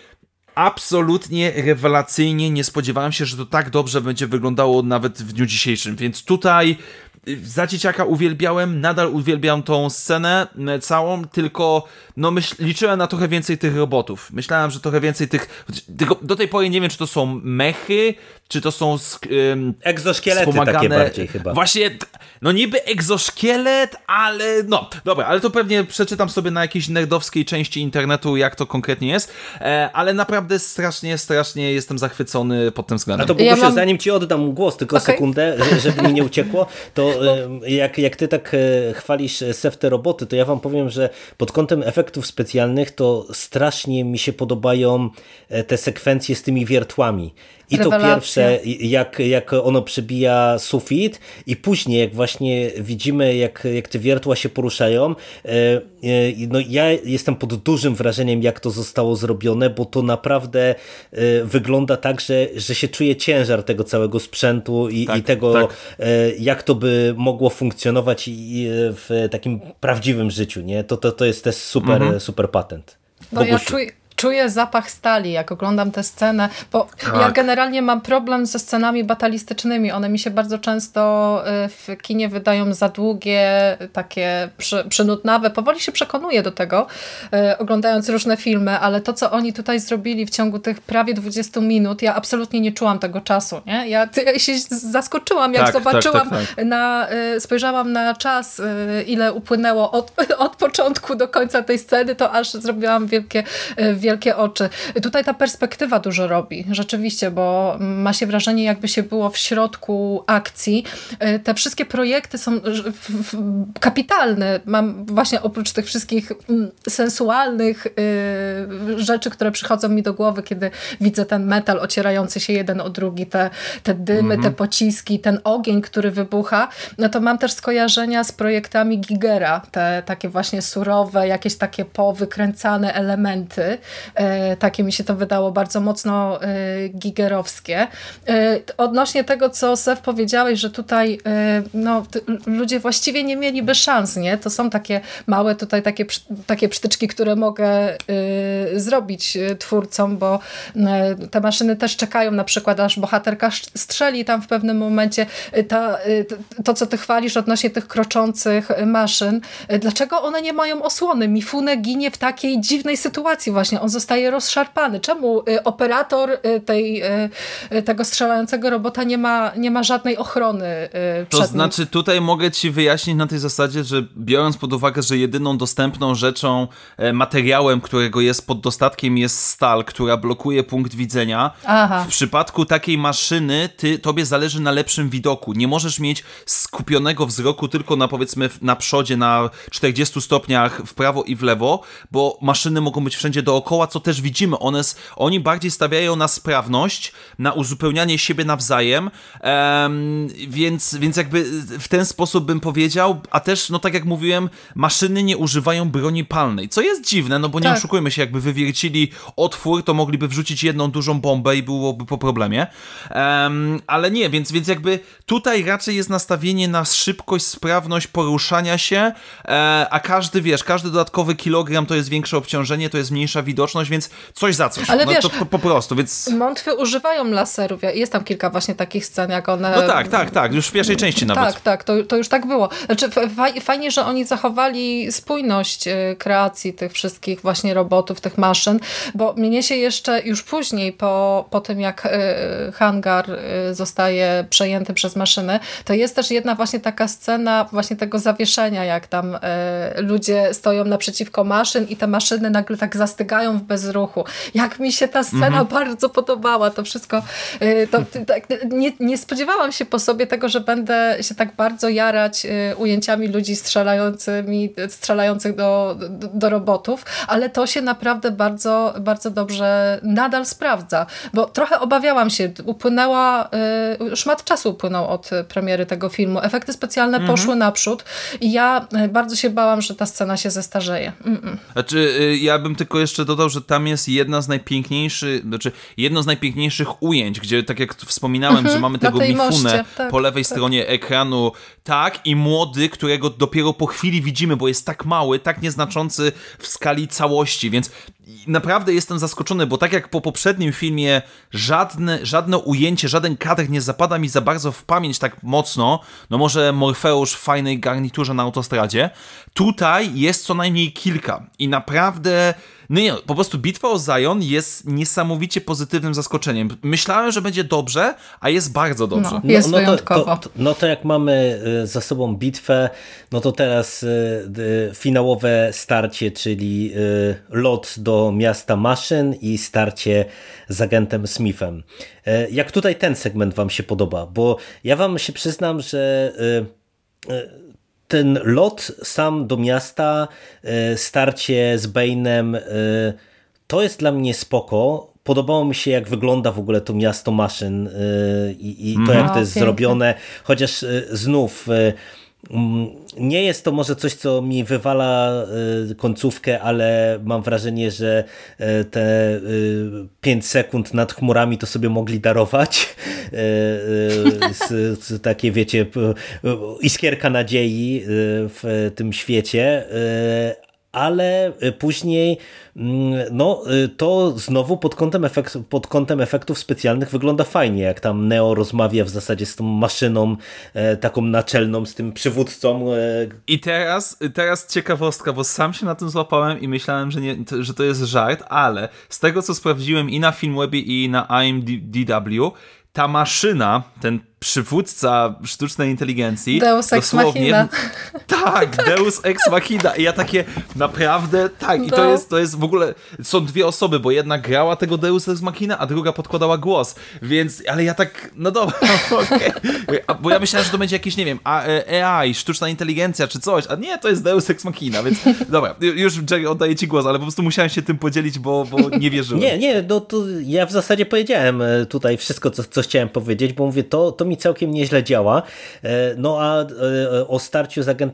Absolutnie rewelacyjnie, nie spodziewałem się, że to tak dobrze będzie wyglądało nawet w dniu dzisiejszym, więc tutaj za dzieciaka uwielbiałem, nadal uwielbiam tą scenę całą, tylko no myśl, liczyłem na trochę więcej tych robotów. Myślałem, że trochę więcej tych... Tylko do tej pory nie wiem, czy to są mechy, czy to są ym, egzoszkielety takie bardziej chyba. Właśnie, no niby egzoszkielet, ale no, dobra, ale to pewnie przeczytam sobie na jakiejś nerdowskiej części internetu, jak to konkretnie jest, e, ale naprawdę strasznie, strasznie jestem zachwycony pod tym względem. A to Bogusiu, ja mam... zanim ci oddam głos, tylko okay. sekundę, żeby mi nie uciekło, to jak, jak ty tak chwalisz Sef te roboty, to ja wam powiem, że pod kątem efektów specjalnych to strasznie mi się podobają te sekwencje z tymi wiertłami. I to pierwsze, jak, jak ono przebija sufit i później jak właśnie widzimy, jak, jak te wiertła się poruszają, no ja jestem pod dużym wrażeniem, jak to zostało zrobione, bo to naprawdę wygląda tak, że, że się czuje ciężar tego całego sprzętu i, tak, i tego, tak. jak to by mogło funkcjonować w takim prawdziwym życiu, nie? To, to, to jest też super, mhm. super patent. No ja czuję Czuję zapach stali, jak oglądam tę scenę, bo tak. ja generalnie mam problem ze scenami batalistycznymi. One mi się bardzo często w kinie wydają za długie, takie przy, przynudnawe. Powoli się przekonuję do tego, oglądając różne filmy, ale to, co oni tutaj zrobili w ciągu tych prawie dwudziestu minut, ja absolutnie nie czułam tego czasu. Nie? Ja, ja się zaskoczyłam, jak tak, zobaczyłam, tak, tak, tak. Na, spojrzałam na czas, ile upłynęło od, od początku do końca tej sceny, to aż zrobiłam wielkie wielkie oczy. Tutaj ta perspektywa dużo robi, rzeczywiście, bo ma się wrażenie, jakby się było w środku akcji. Te wszystkie projekty są kapitalne. Mam właśnie oprócz tych wszystkich sensualnych rzeczy, które przychodzą mi do głowy, kiedy widzę ten metal ocierający się jeden o drugi, te, te dymy, mhm. te pociski, ten ogień, który wybucha, no to mam też skojarzenia z projektami Gigera, te takie właśnie surowe, jakieś takie powykręcane elementy. takie mi się to wydało bardzo mocno gigerowskie. Odnośnie tego, co Sef powiedziałeś, że tutaj no, ludzie właściwie nie mieliby szans, nie? To są takie małe tutaj takie, takie przytyczki, które mogę zrobić twórcom, bo te maszyny też czekają na przykład, aż bohaterka strzeli tam w pewnym momencie. Ta, to, co ty chwalisz odnośnie tych kroczących maszyn, dlaczego one nie mają osłony? Mifune ginie w takiej dziwnej sytuacji właśnie. On zostaje rozszarpany. Czemu operator tej, tego strzelającego robota nie ma, nie ma żadnej ochrony przed To znaczy nim? Tutaj mogę ci wyjaśnić na tej zasadzie, że biorąc pod uwagę, że jedyną dostępną rzeczą, materiałem, którego jest pod dostatkiem jest stal, która blokuje punkt widzenia. Aha. W przypadku takiej maszyny ty, tobie zależy na lepszym widoku. Nie możesz mieć skupionego wzroku tylko na powiedzmy na przodzie, na czterdziestu stopniach w prawo i w lewo, bo maszyny mogą być wszędzie dookoła, co też widzimy. One, oni bardziej stawiają na sprawność, na uzupełnianie siebie nawzajem, um, więc, więc jakby w ten sposób bym powiedział, a też, no tak jak mówiłem, maszyny nie używają broni palnej, co jest dziwne, no bo nie tak. oszukujmy się, jakby wywiercili otwór, to mogliby wrzucić jedną dużą bombę i byłoby po problemie, um, ale nie, więc, więc jakby tutaj raczej jest nastawienie na szybkość, sprawność poruszania się, e, a każdy, wiesz, każdy dodatkowy kilogram to jest większe obciążenie, to jest mniejsza widoczność, więc coś za coś. Ale no, wiesz, to, to po prostu, więc... Mątwy używają laserów, jest tam kilka właśnie takich scen, jak one... No tak, tak, tak, już w pierwszej części nawet. Tak, tak, to, to już tak było. Znaczy fajnie, że oni zachowali spójność kreacji tych wszystkich właśnie robotów, tych maszyn, bo mnie się jeszcze już później, po, po tym jak hangar zostaje przejęty przez maszyny, to jest też jedna właśnie taka scena właśnie tego zawieszenia, jak tam ludzie stoją naprzeciwko maszyn i te maszyny nagle tak zastygają w bezruchu. Jak mi się ta scena mhm. bardzo podobała, to wszystko to, tak, nie, nie spodziewałam się po sobie tego, że będę się tak bardzo jarać ujęciami ludzi strzelającymi, strzelających do, do, do robotów, ale to się naprawdę bardzo, bardzo dobrze nadal sprawdza, bo trochę obawiałam się, upłynęła, szmat czasu upłynął od premiery tego filmu, efekty specjalne mhm. poszły naprzód i ja bardzo się bałam, że ta scena się zestarzeje. Mm-mm. Znaczy, ja bym tylko jeszcze dodał, że tam jest jedna z najpiękniejszych, znaczy jedno z najpiękniejszych ujęć, gdzie tak jak wspominałem, mhm. że mamy tego Mifunę tak, po lewej tak. stronie ekranu, tak, i młody, którego dopiero po chwili widzimy, bo jest tak mały, tak nieznaczący w skali całości, więc naprawdę jestem zaskoczony, bo tak jak po poprzednim filmie żadne, żadne ujęcie, żaden kadr nie zapada mi za bardzo w pamięć tak mocno, no może Morfeusz w fajnej garniturze na autostradzie, tutaj jest co najmniej kilka i naprawdę, no nie, po prostu Bitwa o Zion jest niesamowicie pozytywnym zaskoczeniem. Myślałem, że będzie dobrze, a jest bardzo dobrze. No, jest no, no, wyjątkowo. To, to, no to jak mamy za sobą bitwę, no to teraz y, y, finałowe starcie, czyli y, lot do miasta maszyn i starcie z agentem Smithem. Y, jak tutaj ten segment wam się podoba? Bo ja wam się przyznam, że y, y, ten lot sam do miasta, starcie z Bane'em, to jest dla mnie spoko. Podobało mi się, jak wygląda w ogóle to miasto maszyn i, i to, jak to jest piękne zrobione. Chociaż znów nie jest to może coś, co mi wywala końcówkę, ale mam wrażenie, że te pięć sekund nad chmurami to sobie mogli darować. Takie, wiecie, iskierka nadziei w tym świecie. Ale później no, to znowu pod kątem, efekt, pod kątem efektów specjalnych wygląda fajnie, jak tam Neo rozmawia w zasadzie z tą maszyną e, taką naczelną, z tym przywódcą. E... I teraz, teraz ciekawostka, bo sam się na tym złapałem i myślałem, że, nie, że to jest żart, ale z tego, co sprawdziłem i na Filmwebie, i na I M D B, ta maszyna, ten przywódca sztucznej inteligencji. Deus Ex Machina. Tak, Deus Ex Machina. I ja takie, naprawdę, tak. I to jest, to jest w ogóle, są dwie osoby, bo jedna grała tego Deus Ex Machina, a druga podkładała głos. Więc, ale ja tak, no dobra, okej. Okay. Bo ja myślałem, że to będzie jakiś, nie wiem, A I, sztuczna inteligencja czy coś, a nie, to jest Deus Ex Machina, więc dobra, już Jerry, oddaję ci głos, ale po prostu musiałem się tym podzielić, bo, bo nie wierzyłem. Nie, nie, no to ja w zasadzie powiedziałem tutaj wszystko, co, co chciałem powiedzieć, bo mówię, to, to mi całkiem nieźle działa. No a o starciu z agentem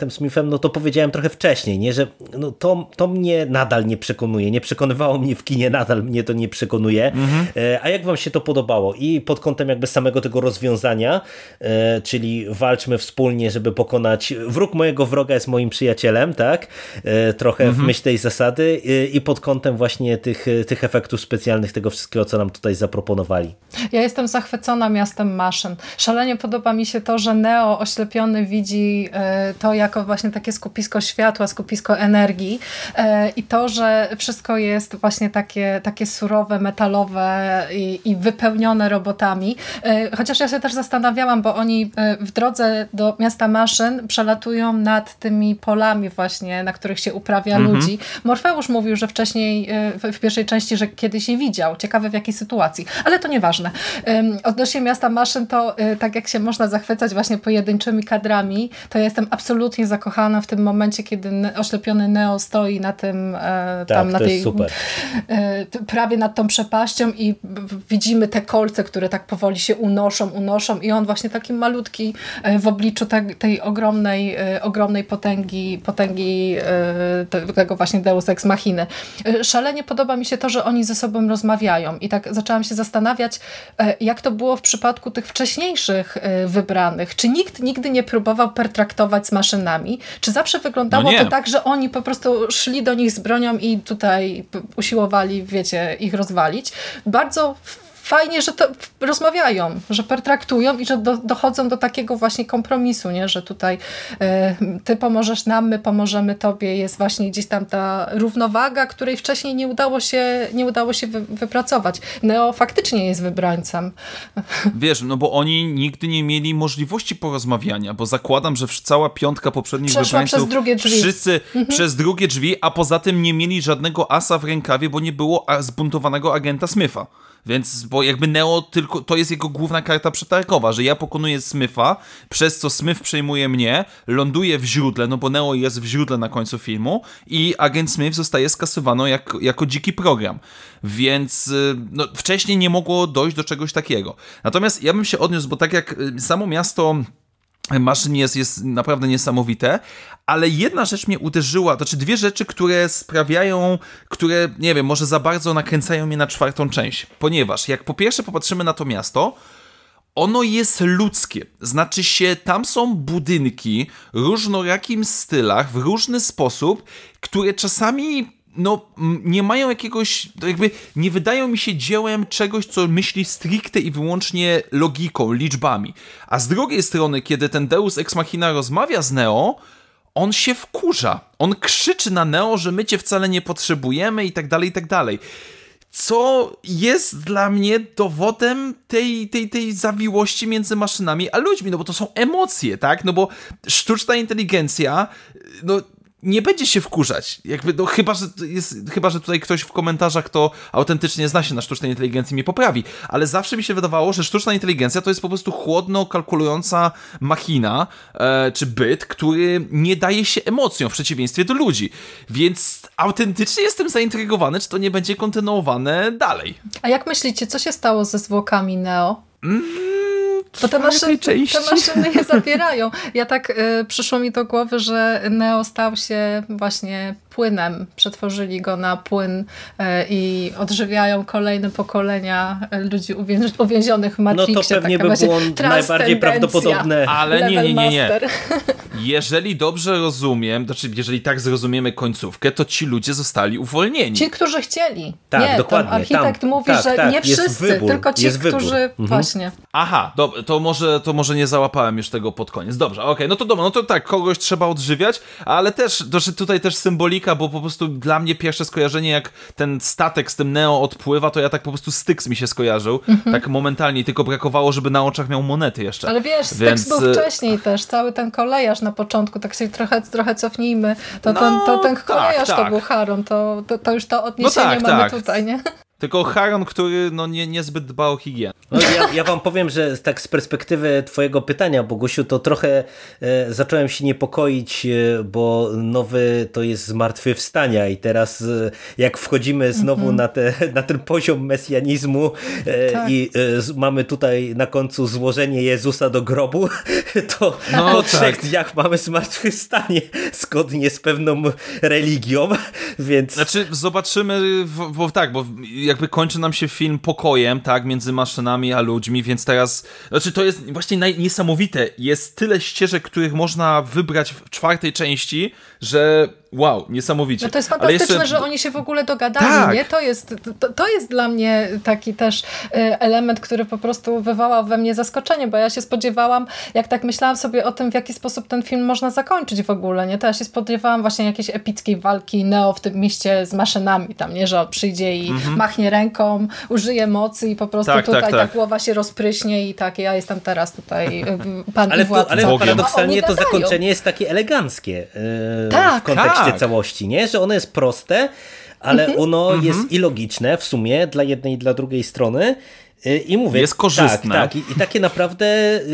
agentem Smithem, no to powiedziałem trochę wcześniej, nie, że no to, to mnie nadal nie przekonuje, nie przekonywało mnie w kinie, nadal mnie to nie przekonuje. Mhm. A jak wam się to podobało? I pod kątem jakby samego tego rozwiązania, czyli walczmy wspólnie, żeby pokonać, wróg mojego wroga jest moim przyjacielem, tak? Trochę mhm. w myśl tej zasady i pod kątem właśnie tych, tych efektów specjalnych, tego wszystkiego, co nam tutaj zaproponowali. Ja jestem zachwycona miastem maszyn. Szalenie podoba mi się to, że Neo oślepiony widzi to jako właśnie takie skupisko światła, skupisko energii i to, że wszystko jest właśnie takie, takie surowe, metalowe i, i wypełnione robotami. Chociaż ja się też zastanawiałam, bo oni w drodze do miasta maszyn przelatują nad tymi polami właśnie, na których się uprawia mhm. ludzi. Morfeusz mówił, że wcześniej w pierwszej części, że kiedyś je widział. Ciekawe w jakiej sytuacji. Ale to nieważne. Odnośnie miasta maszyn, to tak jak się można zachwycać właśnie pojedynczymi kadrami, to ja jestem absolutnie zakochana w tym momencie, kiedy oślepiony Neo stoi na tym tam tak, na to tej jest super. prawie nad tą przepaścią i widzimy te kolce, które tak powoli się unoszą, unoszą i on właśnie taki malutki w obliczu tej, tej ogromnej, ogromnej potęgi, potęgi tego właśnie Deus Ex Machiny. Szalenie podoba mi się to, że oni ze sobą rozmawiają i tak zaczęłam się zastanawiać, jak to było w przypadku tych wcześniejszych wybranych. Czy nikt nigdy nie próbował pertraktować z maszynami? Czy zawsze wyglądało no to tak, że oni po prostu szli do nich z bronią i tutaj usiłowali, wiecie, ich rozwalić? Bardzo fajnie, że to rozmawiają, że pertraktują i że do, dochodzą do takiego właśnie kompromisu, nie? Że tutaj e, ty pomożesz nam, my pomożemy tobie. Jest właśnie gdzieś tam ta równowaga, której wcześniej nie udało się, nie udało się wy, wypracować. Neo faktycznie jest wybrańcem. Wiesz, no bo oni nigdy nie mieli możliwości porozmawiania, bo zakładam, że cała piątka poprzednich Przeszła wybrańców przez drugie drzwi. Wszyscy mhm. przez drugie drzwi, a poza tym nie mieli żadnego asa w rękawie, bo nie było zbuntowanego agenta Smitha. Więc, bo jakby Neo tylko, to jest jego główna karta przetargowa, że ja pokonuję Smitha, przez co Smith przejmuje mnie, ląduje w źródle, no bo Neo jest w źródle na końcu filmu i agent Smith zostaje skasowany jak, jako dziki program. Więc no, wcześniej nie mogło dojść do czegoś takiego. Natomiast ja bym się odniósł, bo tak jak samo miasto maszyn jest, jest naprawdę niesamowite, ale jedna rzecz mnie uderzyła, to znaczy dwie rzeczy, które sprawiają, które, nie wiem, może za bardzo nakręcają mnie na czwartą część, ponieważ jak po pierwsze popatrzymy na to miasto, ono jest ludzkie, znaczy się tam są budynki w różnorakim stylach, w różny sposób, które czasami no, nie mają jakiegoś, jakby nie wydają mi się dziełem czegoś, co myśli stricte i wyłącznie logiką, liczbami. A z drugiej strony, kiedy ten Deus Ex Machina rozmawia z Neo, on się wkurza. On krzyczy na Neo, że my cię wcale nie potrzebujemy i tak dalej, i tak dalej. Co jest dla mnie dowodem tej, tej, tej zawiłości między maszynami a ludźmi, no bo to są emocje, tak? No bo sztuczna inteligencja, no nie będzie się wkurzać. Jakby, no, chyba, że jest, chyba, że tutaj ktoś w komentarzach, kto autentycznie zna się na sztucznej inteligencji, mnie poprawi. Ale zawsze mi się wydawało, że sztuczna inteligencja to jest po prostu chłodno kalkulująca machina, e, czy byt, który nie daje się emocjom w przeciwieństwie do ludzi. Więc autentycznie jestem zaintrygowany, czy to nie będzie kontynuowane dalej. A jak myślicie, co się stało ze zwłokami Neo? Mm. Bo te, maszyn, te maszyny je zabierają. Ja tak y, przyszło mi do głowy, że Neo stał się właśnie płynem. Przetworzyli go na płyn y, i odżywiają kolejne pokolenia ludzi uwięzi- uwięzionych w Matrixie. No to pewnie by było najbardziej prawdopodobne. Ale nie, nie, nie, nie. Jeżeli dobrze rozumiem, znaczy jeżeli tak zrozumiemy końcówkę, to ci ludzie zostali uwolnieni. Ci, którzy chcieli. Tak, nie, dokładnie. Architekt tam, mówi, tak, że tak, nie wszyscy, wybór, tylko ci, którzy mhm. właśnie. Aha, dobra, to może, to może nie załapałem już tego pod koniec. Dobrze, okej, okay, no to dobra, no to tak, kogoś trzeba odżywiać, ale też, to, tutaj też symbolika, bo po prostu dla mnie pierwsze skojarzenie, jak ten statek z tym Neo odpływa, to ja tak po prostu Styx mi się skojarzył, mhm. tak momentalnie, tylko brakowało, żeby na oczach miał monety jeszcze. Ale wiesz, Styx Więc... był wcześniej też, cały ten kolejarz na początku, tak się trochę, trochę cofnijmy, to, no, ten, to ten kolejarz tak, to tak. był Charon, to, to, to już to odniesienie no tak, mamy tak. tutaj, nie? tylko Charon, który no, nie, niezbyt dba o higienę. No, ja, ja wam powiem, że tak z perspektywy twojego pytania, Bogusiu, to trochę e, zacząłem się niepokoić, e, bo nowy to jest zmartwychwstania i teraz e, jak wchodzimy znowu mm-hmm. na, te, na ten poziom mesjanizmu e, tak. i e, z, mamy tutaj na końcu złożenie Jezusa do grobu, to no, po tak. trzech dniach mamy zmartwychwstanie zgodnie z pewną religią, więc... Znaczy zobaczymy, bo tak, bo jakby kończy nam się film pokojem, tak, między maszynami a ludźmi, więc teraz, znaczy to jest właśnie naj, niesamowite, jest tyle ścieżek, których można wybrać w czwartej części, że wow, niesamowicie. No to jest fantastyczne, jeszcze... że oni się w ogóle dogadali, tak. nie? To jest, to, to jest dla mnie taki też element, który po prostu wywołał we mnie zaskoczenie, bo ja się spodziewałam, jak tak myślałam sobie o tym, w jaki sposób ten film można zakończyć w ogóle, nie? To ja się spodziewałam właśnie jakiejś epickiej walki Neo w tym mieście z maszynami, tam, nie? Że on przyjdzie i mhm. machnie ręką, użyje mocy i po prostu tak, tutaj tak, ta tak. głowa się rozpryśnie i tak, ja jestem teraz tutaj pan ale i władca. To, ale paradoksalnie to gadają. zakończenie jest takie eleganckie yy, tak, w kontekście tak. całości, nie? Że ono jest proste, ale mhm. ono mhm. jest i logiczne w sumie dla jednej i dla drugiej strony. I mówię, jest korzystne. Tak, tak. I, i takie naprawdę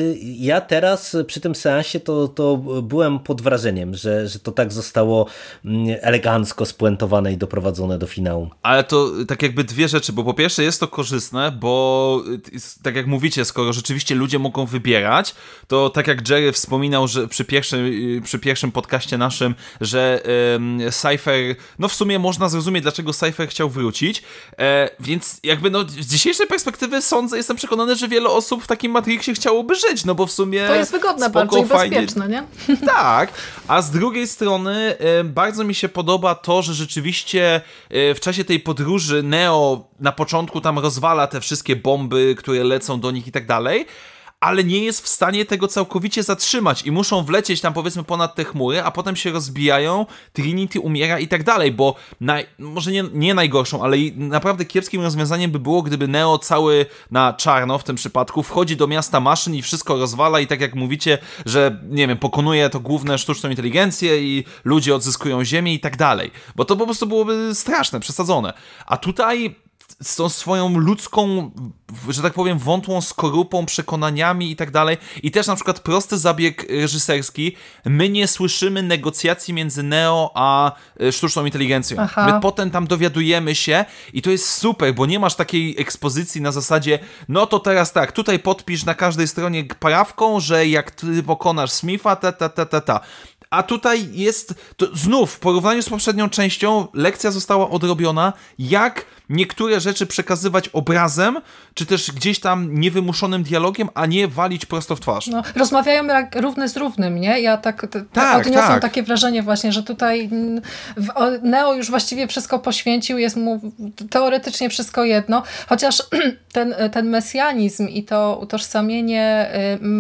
ja teraz przy tym seansie to, to byłem pod wrażeniem, że, że to tak zostało elegancko spuentowane i doprowadzone do finału. Ale to tak jakby dwie rzeczy, bo po pierwsze jest to korzystne, bo tak jak mówicie, skoro rzeczywiście ludzie mogą wybierać, to tak jak Jerry wspominał, że przy pierwszym, przy pierwszym podcaście naszym, że um, Cypher, no w sumie można zrozumieć, dlaczego Cypher chciał wrócić, e, więc jakby no z dzisiejszej perspektywy sądzę, jestem przekonany, że wiele osób w takim Matrixie chciałoby żyć, no bo w sumie to jest wygodne spoko, bardzo i fajnie. bezpieczne, nie? Tak, a z drugiej strony e, bardzo mi się podoba to, że rzeczywiście e, w czasie tej podróży Neo na początku tam rozwala te wszystkie bomby, które lecą do nich i tak dalej, ale nie jest w stanie tego całkowicie zatrzymać i muszą wlecieć tam powiedzmy ponad te chmury, a potem się rozbijają, Trinity umiera i tak dalej, bo naj, może nie, nie najgorszą, ale naprawdę kiepskim rozwiązaniem by było, gdyby Neo cały na czarno w tym przypadku wchodzi do miasta maszyn i wszystko rozwala i tak jak mówicie, że nie wiem, pokonuje to główne sztuczną inteligencję i ludzie odzyskują ziemię i tak dalej, bo to po prostu byłoby straszne, przesadzone. A tutaj z tą swoją ludzką, że tak powiem, wątłą skorupą, przekonaniami i tak dalej. I też na przykład prosty zabieg reżyserski. My nie słyszymy negocjacji między Neo a sztuczną inteligencją. Aha. My potem tam dowiadujemy się i to jest super, bo nie masz takiej ekspozycji na zasadzie, no to teraz tak, tutaj podpisz na każdej stronie prawką, że jak ty pokonasz Smitha, ta, ta, ta, ta, ta. A tutaj jest, to znów w porównaniu z poprzednią częścią lekcja została odrobiona, jak niektóre rzeczy przekazywać obrazem, czy też gdzieś tam niewymuszonym dialogiem, a nie walić prosto w twarz. No, rozmawiają jak równy z równym, nie? Ja tak, t- tak odniosłam tak. takie wrażenie właśnie, że tutaj w, Neo już właściwie wszystko poświęcił, jest mu teoretycznie wszystko jedno, chociaż ten, ten mesjanizm i to utożsamienie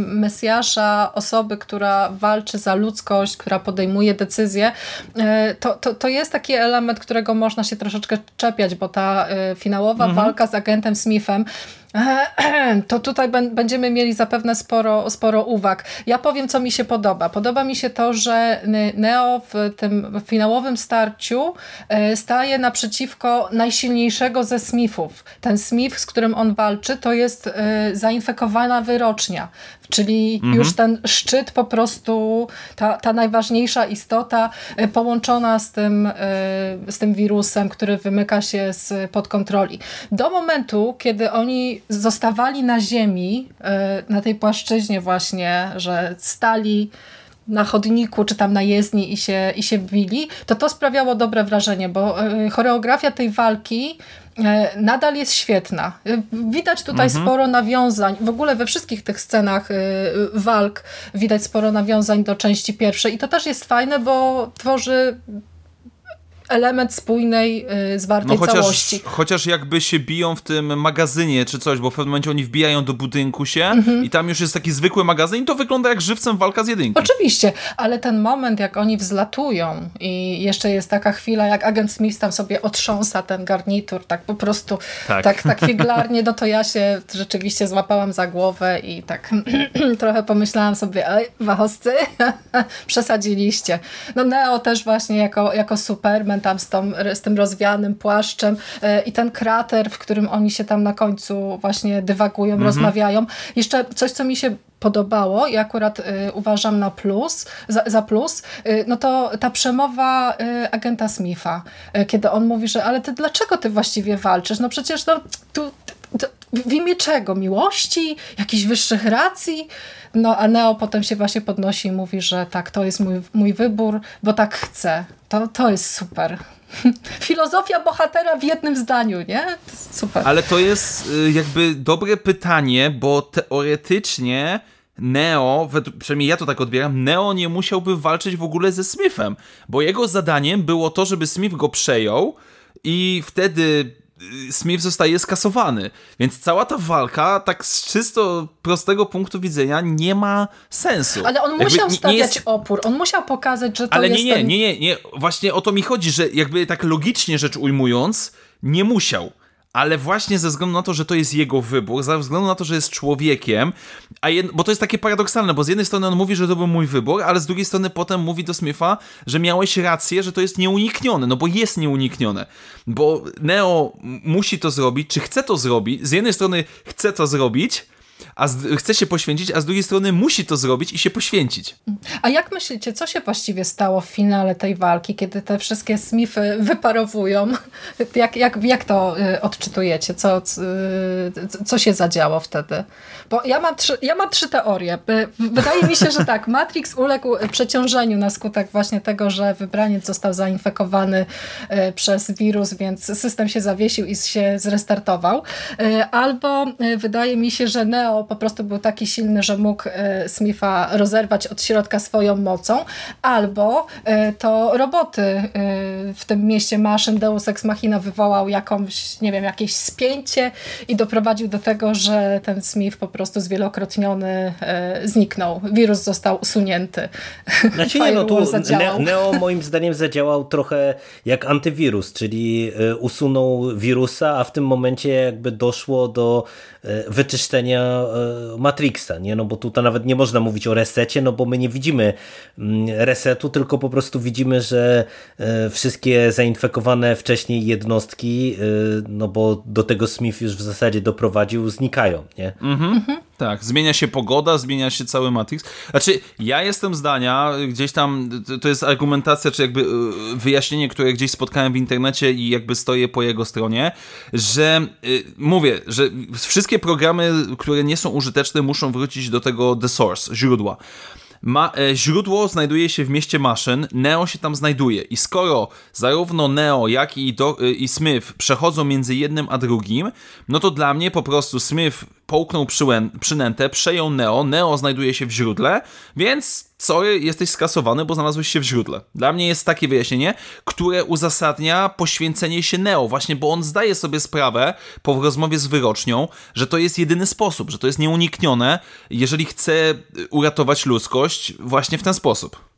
Mesjasza, osoby, która walczy za ludzkość, która podejmuje decyzje, to, to, to jest taki element, którego można się troszeczkę czepiać, bo ta finałowa mhm. walka z agentem Smithem, to tutaj b- będziemy mieli zapewne sporo, sporo uwag. Ja powiem, co mi się podoba. Podoba mi się to, że Neo w tym finałowym starciu staje naprzeciwko najsilniejszego ze Smithów. Ten Smith, z którym on walczy, to jest zainfekowana wyrocznia. Czyli mhm. już ten szczyt po prostu, ta, ta najważniejsza istota połączona z tym, z tym wirusem, który wymyka się spod kontroli. Do momentu, kiedy oni zostawali na ziemi, na tej płaszczyźnie właśnie, że stali na chodniku, czy tam na jezdni i się, i się bili, to to sprawiało dobre wrażenie, bo choreografia tej walki nadal jest świetna. Widać tutaj mhm. sporo nawiązań. W ogóle we wszystkich tych scenach walk widać sporo nawiązań do części pierwszej i to też jest fajne, bo tworzy element spójnej, zwartej no chociaż, całości. Chociaż jakby się biją w tym magazynie czy coś, bo w pewnym momencie oni wbijają do budynku się mm-hmm. i tam już jest taki zwykły magazyn i to wygląda jak żywcem walka z jedynki. Oczywiście, ale ten moment, jak oni wzlatują i jeszcze jest taka chwila, jak agent Smith tam sobie otrząsa ten garnitur, tak po prostu tak, tak, tak figlarnie, no to ja się rzeczywiście złapałam za głowę i tak trochę pomyślałam sobie, ej, wachowscy, przesadziliście. No Neo też właśnie jako, jako Superman pamiętam, z, tą, z tym rozwianym płaszczem i ten krater, w którym oni się tam na końcu właśnie dywagują, mhm. rozmawiają. Jeszcze coś, co mi się podobało i akurat y, uważam na plus, za, za plus, y, no to ta przemowa y, agenta Smitha, y, kiedy on mówi, że ale ty dlaczego ty właściwie walczysz? No przecież no, tu, tu, w imię czego? Miłości? Jakichś wyższych racji? No a Neo potem się właśnie podnosi i mówi, że tak, to jest mój, mój wybór, bo tak chcę. To, to jest super. Filozofia bohatera w jednym zdaniu, nie? Super. Ale to jest jakby dobre pytanie, bo teoretycznie Neo, przynajmniej ja to tak odbieram, Neo nie musiałby walczyć w ogóle ze Smithem, bo jego zadaniem było to, żeby Smith go przejął i wtedy Smith zostaje skasowany. Więc cała ta walka, tak z czysto prostego punktu widzenia, nie ma sensu. Ale on jakby musiał nie, stawiać nie jest... opór. On musiał pokazać, że to Ale jest nie, nie, ten... nie, nie, nie. Właśnie o to mi chodzi, że jakby tak logicznie rzecz ujmując, nie musiał. Ale właśnie ze względu na to, że to jest jego wybór, ze względu na to, że jest człowiekiem, a jed... bo to jest takie paradoksalne, bo z jednej strony on mówi, że to był mój wybór, ale z drugiej strony potem mówi do Smitha, że miałeś rację, że to jest nieuniknione, no bo jest nieuniknione. Bo Neo musi to zrobić, czy chce to zrobić, z jednej strony chce to zrobić, a z, chce się poświęcić, a z drugiej strony musi to zrobić i się poświęcić. A jak myślicie, co się właściwie stało w finale tej walki, kiedy te wszystkie Smithy wyparowują? Jak, jak, jak to y, odczytujecie? Co, y, co się zadziało wtedy? Bo ja mam trzy, ja mam trzy teorie. Wydaje mi się, że tak, Matrix uległ przeciążeniu na skutek właśnie tego, że wybraniec został zainfekowany y, przez wirus, więc system się zawiesił i się zrestartował. Y, albo y, wydaje mi się, że Neo po prostu był taki silny, że mógł y, Smitha rozerwać od środka swoją mocą, albo y, to roboty y, w tym mieście maszyn Deus Ex Machina wywołał jakąś, nie wiem, jakieś spięcie i doprowadził do tego, że ten Smith po prostu zwielokrotniony y, zniknął. Wirus został usunięty. Znaczy nie, no tu Neo, Neo moim zdaniem zadziałał trochę jak antywirus, czyli y, usunął wirusa, a w tym momencie jakby doszło do y, wyczyszczenia Matrixa, nie? No bo tutaj nawet nie można mówić o resecie, no bo my nie widzimy resetu, tylko po prostu widzimy, że wszystkie zainfekowane wcześniej jednostki, no bo do tego Smith już w zasadzie doprowadził, znikają, nie? Mhm. Mhm. Tak, zmienia się pogoda, zmienia się cały Matrix. Znaczy, ja jestem zdania, gdzieś tam, to jest argumentacja, czy jakby wyjaśnienie, które gdzieś spotkałem w internecie i jakby stoję po jego stronie, że mówię, że wszystkie programy, które nie są użyteczne, muszą wrócić do tego the source, źródła. Ma, e, źródło znajduje się w mieście maszyn, Neo się tam znajduje i skoro zarówno Neo, jak i, do, e, i Smith przechodzą między jednym a drugim, no to dla mnie po prostu Smith połknął przyłę, przynętę, przejął Neo, Neo znajduje się w źródle, więc sorry, jesteś skasowany, bo znalazłeś się w źródle. Dla mnie jest takie wyjaśnienie, które uzasadnia poświęcenie się Neo, właśnie bo on zdaje sobie sprawę po rozmowie z wyrocznią, że to jest jedyny sposób, że to jest nieuniknione, jeżeli chce uratować ludzkość właśnie w ten sposób.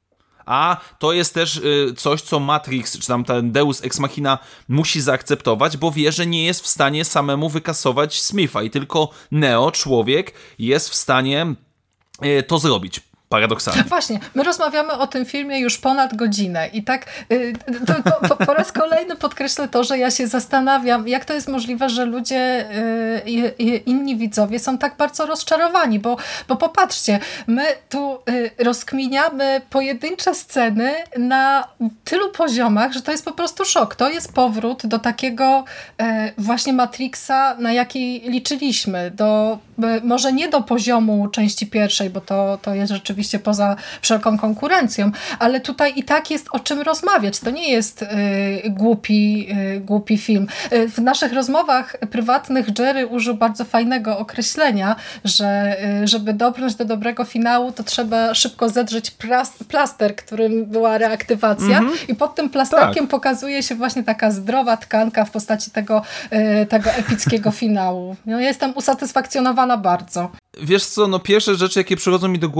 A to jest też y, coś, co Matrix, czy tam ten Deus Ex Machina musi zaakceptować, bo wie, że nie jest w stanie samemu wykasować Smitha i tylko Neo, człowiek, jest w stanie y, to zrobić. Paradoksalnie. Właśnie, my rozmawiamy o tym filmie już ponad godzinę i tak y, to, to, po, po raz kolejny podkreślę to, że ja się zastanawiam, jak to jest możliwe, że ludzie i y, y, inni widzowie są tak bardzo rozczarowani, bo, bo popatrzcie, my tu y, rozkminiamy pojedyncze sceny na tylu poziomach, że to jest po prostu szok. To jest powrót do takiego y, właśnie Matrixa, na jaki liczyliśmy. Do, y, może nie do poziomu części pierwszej, bo to, to jest rzeczywiście oczywiście poza wszelką konkurencją, ale tutaj i tak jest o czym rozmawiać. To nie jest y, głupi, y, głupi film. Y, w naszych rozmowach prywatnych Jerry użył bardzo fajnego określenia, że y, żeby dobrnąć do dobrego finału, to trzeba szybko zedrzeć plas- plaster, którym była reaktywacja mm-hmm. i pod tym plasterkiem tak. pokazuje się właśnie taka zdrowa tkanka w postaci tego, y, tego epickiego finału. No, jestem usatysfakcjonowana bardzo. Wiesz co, no pierwsze rzeczy, jakie przychodzą mi do głowy, które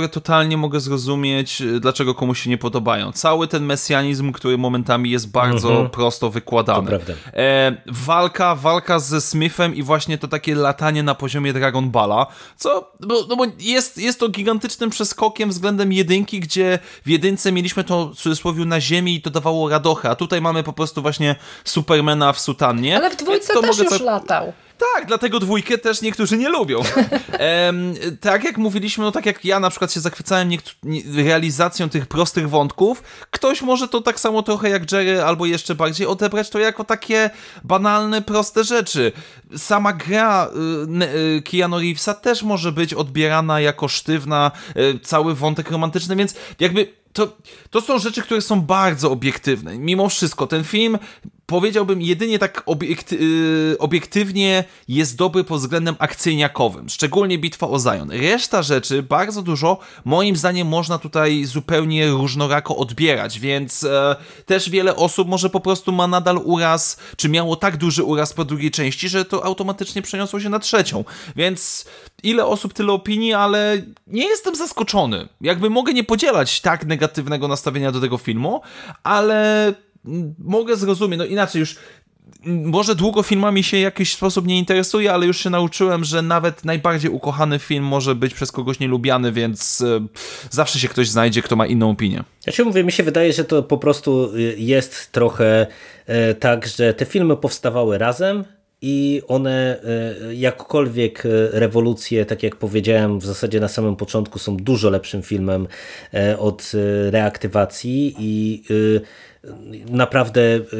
które totalnie mogę zrozumieć, dlaczego komuś się nie podobają. Cały ten mesjanizm, który momentami jest bardzo mm-hmm. prosto wykładany. To prawda. E, walka, walka ze Smithem i właśnie to takie latanie na poziomie Dragon Balla, co, no, no bo jest, jest to gigantycznym przeskokiem względem jedynki, gdzie w jedynce mieliśmy to w cudzysłowie na ziemi i to dawało radochę, a tutaj mamy po prostu właśnie Supermana w sutannie. Ale w dwójce to też mogę już co... latał. Tak, dlatego dwójkę też niektórzy nie lubią. Ehm, tak jak mówiliśmy, no tak jak ja na przykład się zachwycałem niektó- realizacją tych prostych wątków, ktoś może to tak samo trochę jak Jerry, albo jeszcze bardziej odebrać to jako takie banalne, proste rzeczy. Sama gra y, y, Keanu Reevesa też może być odbierana jako sztywna, y, cały wątek romantyczny, więc jakby to, to są rzeczy, które są bardzo obiektywne. Mimo wszystko ten film, powiedziałbym, jedynie tak obiekty, yy, obiektywnie jest dobry pod względem akcyjniakowym, szczególnie Bitwa o Zion. Reszta rzeczy, bardzo dużo, moim zdaniem można tutaj zupełnie różnorako odbierać, więc e, też wiele osób może po prostu ma nadal uraz, czy miało tak duży uraz po drugiej części, że to automatycznie przeniosło się na trzecią. Więc ile osób, tyle opinii, ale nie jestem zaskoczony. Jakby mogę nie podzielać tak negatywnego nastawienia do tego filmu, ale mogę zrozumieć, no inaczej już może długo filmami się w jakiś sposób nie interesuje, ale już się nauczyłem, że nawet najbardziej ukochany film może być przez kogoś nielubiany, więc e, zawsze się ktoś znajdzie, kto ma inną opinię. Ja się mówię, mi się wydaje, że to po prostu jest trochę e, tak, że te filmy powstawały razem i one e, jakkolwiek rewolucje, tak jak powiedziałem w zasadzie na samym początku, są dużo lepszym filmem e, od e, reaktywacji i e, naprawdę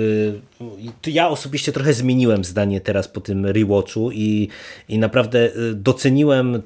y, ja osobiście trochę zmieniłem zdanie teraz po tym rewatchu i, i naprawdę doceniłem y,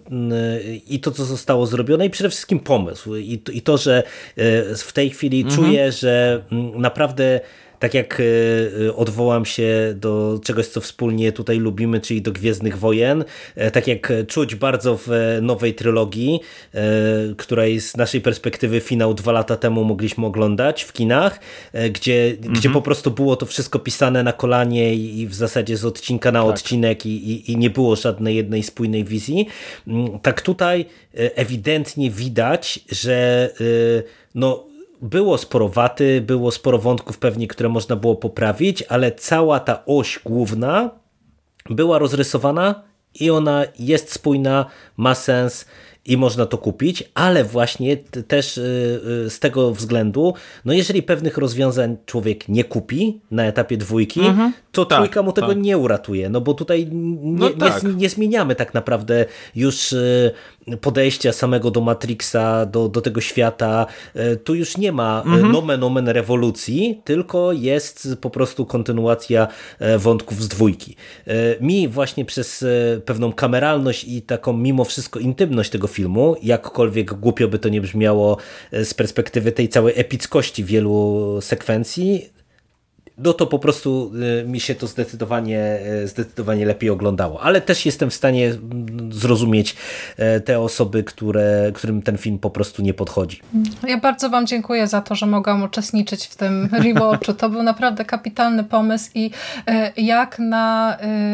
i to, co zostało zrobione i przede wszystkim pomysł i, i to, że y, w tej chwili mhm. czuję, że y, naprawdę tak jak y, odwołam się do czegoś, co wspólnie tutaj lubimy, czyli do Gwiezdnych Wojen, y, tak jak czuć bardzo w nowej trylogii, y, której z naszej perspektywy finał dwa lata temu mogliśmy oglądać w kinach, y, gdzie, mhm. gdzie po prostu było to wszystko pisane na kolanie i, i w zasadzie z odcinka na tak. odcinek i, i, i nie było żadnej jednej spójnej wizji. Y, tak tutaj y, ewidentnie widać, że y, no było sporo waty, było sporo wątków pewnie, które można było poprawić, ale cała ta oś główna była rozrysowana i ona jest spójna, ma sens i można to kupić, ale właśnie t- też yy, z tego względu, no jeżeli pewnych rozwiązań człowiek nie kupi na etapie dwójki, mm-hmm. to tak, trójka mu tego tak. nie uratuje, no bo tutaj nie, no tak. nie, nie zmieniamy tak naprawdę już yy, podejścia samego do Matrixa, do, do tego świata. Yy, tu już nie ma mm-hmm. nomen omen rewolucji, tylko jest po prostu kontynuacja yy, wątków z dwójki. Yy, mi właśnie przez yy, pewną kameralność i taką mimo wszystko intymność tego filmu, jakkolwiek głupio by to nie brzmiało z perspektywy tej całej epickości wielu sekwencji, no to po prostu mi się to zdecydowanie, zdecydowanie lepiej oglądało. Ale też jestem w stanie zrozumieć te osoby, które, którym ten film po prostu nie podchodzi. Ja bardzo wam dziękuję za to, że mogłam uczestniczyć w tym rewatchu. To był naprawdę kapitalny pomysł i jak na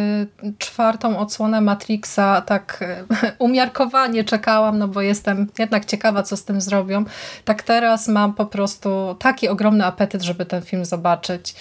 czwartą odsłonę Matrixa tak umiarkowanie czekałam, no bo jestem jednak ciekawa, co z tym zrobią. Tak teraz mam po prostu taki ogromny apetyt, żeby ten film zobaczyć.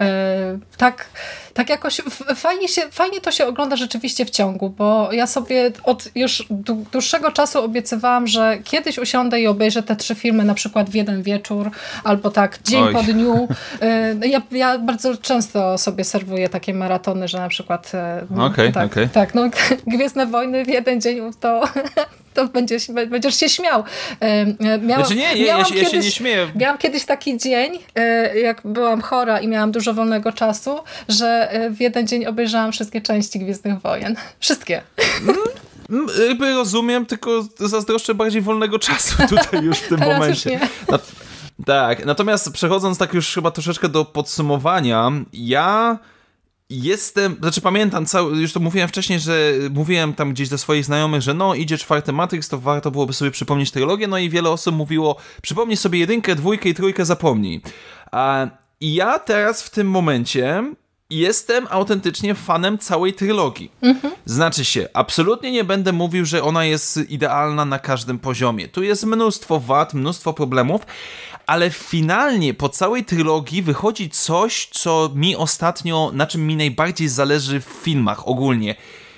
Tak, tak jakoś fajnie, się, fajnie to się ogląda rzeczywiście w ciągu, bo ja sobie od już dłuższego czasu obiecywałam, że kiedyś usiądę i obejrzę te trzy filmy na przykład w jeden wieczór, albo tak dzień Oj. po dniu. Ja, ja bardzo często sobie serwuję takie maratony, że na przykład okay, tak, okay. tak, no, Gwiezdne Wojny w jeden dzień to... to będziesz, będziesz się śmiał. Miałam, znaczy nie, nie ja, się, ja kiedyś, się nie śmieję. Miałam kiedyś taki dzień, jak byłam chora i miałam dużo wolnego czasu, że w jeden dzień obejrzałam wszystkie części Gwiezdnych Wojen. Wszystkie. Mm, jakby rozumiem, tylko zazdroszczę bardziej wolnego czasu tutaj już w tym Teraz momencie. Już nie. Na, tak, natomiast przechodząc tak już chyba troszeczkę do podsumowania, ja... Jestem, znaczy pamiętam, cały, już to mówiłem wcześniej, że mówiłem tam gdzieś do swoich znajomych, że no idzie czwarty Matrix, to warto byłoby sobie przypomnieć trylogię, no i wiele osób mówiło, przypomnij sobie jedynkę, dwójkę i trójkę, zapomnij. A ja teraz w tym momencie jestem autentycznie fanem całej trylogii. Mhm. Znaczy się, absolutnie nie będę mówił, że ona jest idealna na każdym poziomie. Tu jest mnóstwo wad, mnóstwo problemów, ale finalnie po całej trylogii wychodzi coś, co mi ostatnio, na czym mi najbardziej zależy w filmach ogólnie.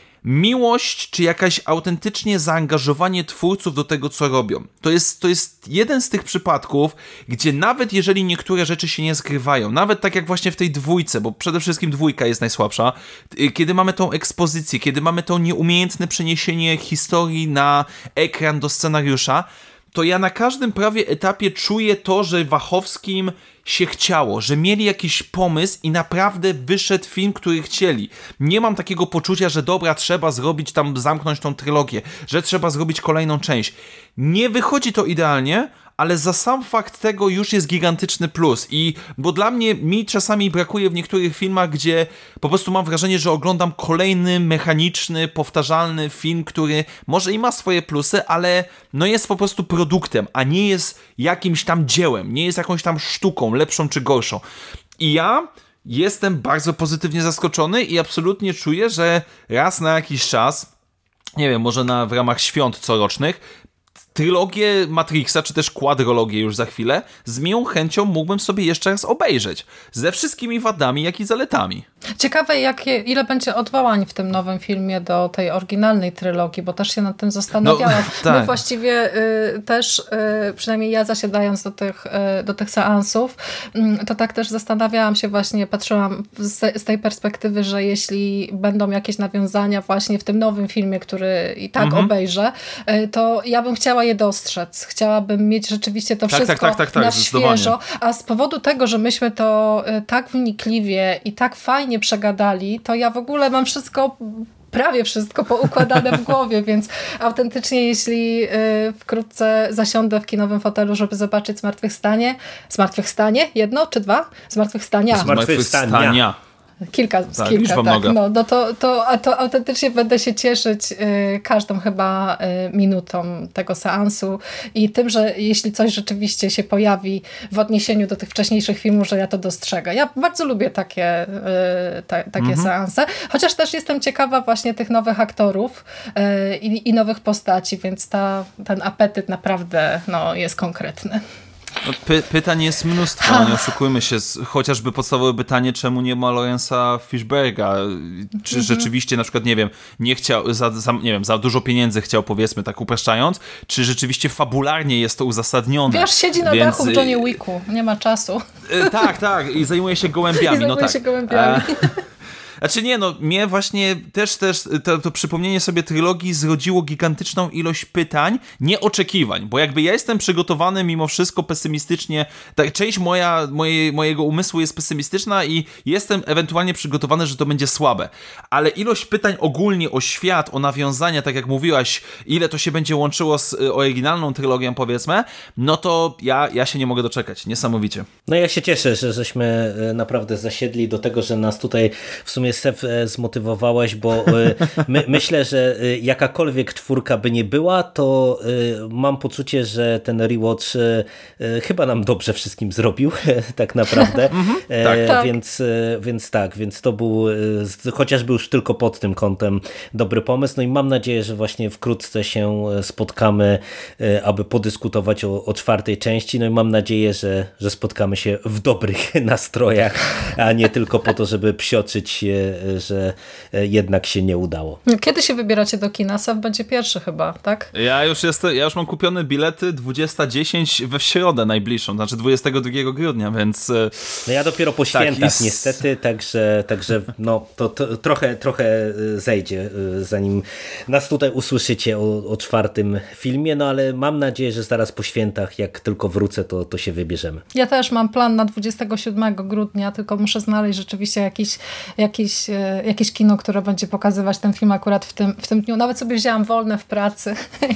Miłość, czy jakaś autentycznie zaangażowanie twórców do tego, co robią. To jest, to jest jeden z tych przypadków, gdzie nawet jeżeli niektóre rzeczy się nie zgrywają, nawet tak jak właśnie w tej dwójce, bo przede wszystkim dwójka jest najsłabsza, kiedy mamy tą ekspozycję, kiedy mamy to nieumiejętne przeniesienie historii na ekran do scenariusza, to ja na każdym prawie etapie czuję to, że Wachowskim się chciało, że mieli jakiś pomysł i naprawdę wyszedł film, który chcieli. Nie mam takiego poczucia, że dobra, trzeba zrobić tam, zamknąć tą trylogię, że trzeba zrobić kolejną część. Nie wychodzi to idealnie, ale za sam fakt tego już jest gigantyczny plus. I bo dla mnie, mi czasami brakuje w niektórych filmach, gdzie po prostu mam wrażenie, że oglądam kolejny mechaniczny, powtarzalny film, który może i ma swoje plusy, ale no jest po prostu produktem, a nie jest jakimś tam dziełem, nie jest jakąś tam sztuką, lepszą czy gorszą. I ja jestem bardzo pozytywnie zaskoczony i absolutnie czuję, że raz na jakiś czas, nie wiem, może na, w ramach świąt corocznych, trylogię Matrixa, czy też kwadrologię już za chwilę, z miłą chęcią mógłbym sobie jeszcze raz obejrzeć. Ze wszystkimi wadami, jak i zaletami. Ciekawe, jakie, ile będzie odwołań w tym nowym filmie do tej oryginalnej trylogii, bo też się nad tym zastanawiałam. No, tak. My właściwie y, też, y, przynajmniej ja zasiadając do tych, y, do tych seansów, y, to tak też zastanawiałam się właśnie, patrzyłam z, z tej perspektywy, że jeśli będą jakieś nawiązania właśnie w tym nowym filmie, który i tak mhm. obejrzę, y, to ja bym chciała je dostrzec. Chciałabym mieć rzeczywiście to tak, wszystko tak, tak, tak, tak, na świeżo, a z powodu tego, że myśmy to y, tak wnikliwie i tak fajnie nie przegadali, to ja w ogóle mam wszystko, prawie wszystko poukładane w głowie, więc autentycznie jeśli y, wkrótce zasiądę w kinowym fotelu, żeby zobaczyć Zmartwychwstanie, Zmartwychwstanie, jedno czy dwa? Zmartwychwstania. Zmartwychwstania. Kilka, tak, kilka, tak. Noga. No, no to, to, a to autentycznie będę się cieszyć y, każdą chyba y, minutą tego seansu i tym, że jeśli coś rzeczywiście się pojawi w odniesieniu do tych wcześniejszych filmów, że ja to dostrzegę. Ja bardzo lubię takie, y, ta, takie mhm. seanse, chociaż też jestem ciekawa właśnie tych nowych aktorów y, i, i nowych postaci, więc ta, ten apetyt naprawdę no, jest konkretny. No, py- pytań jest mnóstwo, nie oszukujmy się. Chociażby podstawowe pytanie, czemu nie ma Lawrence'a Fishburga? Czy mm-hmm. rzeczywiście na przykład, nie wiem, nie chciał, za, za, nie wiem, za dużo pieniędzy chciał, powiedzmy tak upraszczając, czy rzeczywiście fabularnie jest to uzasadnione? Wiesz, siedzi na Więc... dachu w Johnie Wicku, nie ma czasu. E, tak, tak, i zajmuje się gołębiami. I zajmuje no tak. się gołębiami. E... Znaczy nie, no mnie właśnie też, też to, to przypomnienie sobie trylogii zrodziło gigantyczną ilość pytań, nie oczekiwań, bo jakby ja jestem przygotowany mimo wszystko pesymistycznie, tak, część moja, moje, mojego umysłu jest pesymistyczna i jestem ewentualnie przygotowany, że to będzie słabe, ale ilość pytań ogólnie o świat, o nawiązania, tak jak mówiłaś, ile to się będzie łączyło z oryginalną trylogią, powiedzmy, no to ja, ja się nie mogę doczekać, niesamowicie. No ja się cieszę, że żeśmy naprawdę zasiedli do tego, że nas tutaj w sumie Sef zmotywowałeś, bo my, myślę, że jakakolwiek czwórka by nie była, to mam poczucie, że ten rewatch chyba nam dobrze wszystkim zrobił, tak naprawdę. Mm-hmm, tak, tak. Więc, więc tak, więc to był chociażby już tylko pod tym kątem dobry pomysł. No i mam nadzieję, że właśnie wkrótce się spotkamy, aby podyskutować o, o czwartej części. No i mam nadzieję, że, że spotkamy się w dobrych nastrojach, a nie tylko po to, żeby psioczyć, że jednak się nie udało. Kiedy się wybieracie do kina? Sef będzie pierwszy chyba, tak? Ja już jestem, ja już mam kupione bilety dwudziesta dziesięć we środę najbliższą, znaczy dwudziestego drugiego grudnia, więc... No ja dopiero po świętach tak, jest... niestety, także, także no, to, to trochę, trochę zejdzie, zanim nas tutaj usłyszycie o, o czwartym filmie, no ale mam nadzieję, że zaraz po świętach, jak tylko wrócę, to, to się wybierzemy. Ja też mam plan na dwudziestego siódmego grudnia, tylko muszę znaleźć rzeczywiście jakiś, jakiś, jakieś kino, które będzie pokazywać ten film akurat w tym, w tym dniu. Nawet sobie wzięłam wolne w pracy.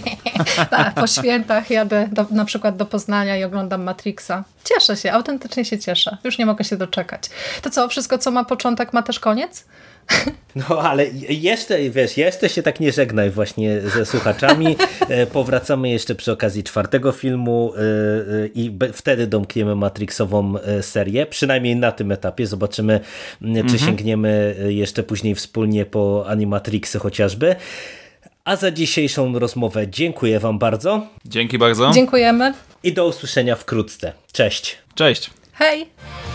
Tak, po świętach jadę do, na przykład do Poznania i oglądam Matrixa. Cieszę się, autentycznie się cieszę. Już nie mogę się doczekać. To co, wszystko co ma początek ma też koniec? No ale jeszcze, wiesz, jeszcze się tak nie żegnaj właśnie ze słuchaczami. Powracamy jeszcze przy okazji czwartego filmu i wtedy domkniemy Matrixową serię, przynajmniej na tym etapie. Zobaczymy, czy mhm. sięgniemy jeszcze później wspólnie po Animatrixy chociażby. A za dzisiejszą rozmowę dziękuję wam bardzo. Dzięki bardzo. Dziękujemy. I do usłyszenia wkrótce. Cześć. Cześć. Hej.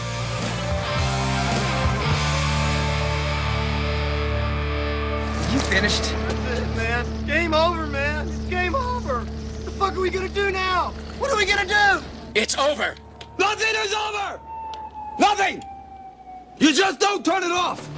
You finished? That's it, man. Game over, man. It's game over. What the fuck are we gonna do now? What are we gonna do? It's over. Nothing is over! Nothing! You just don't turn it off!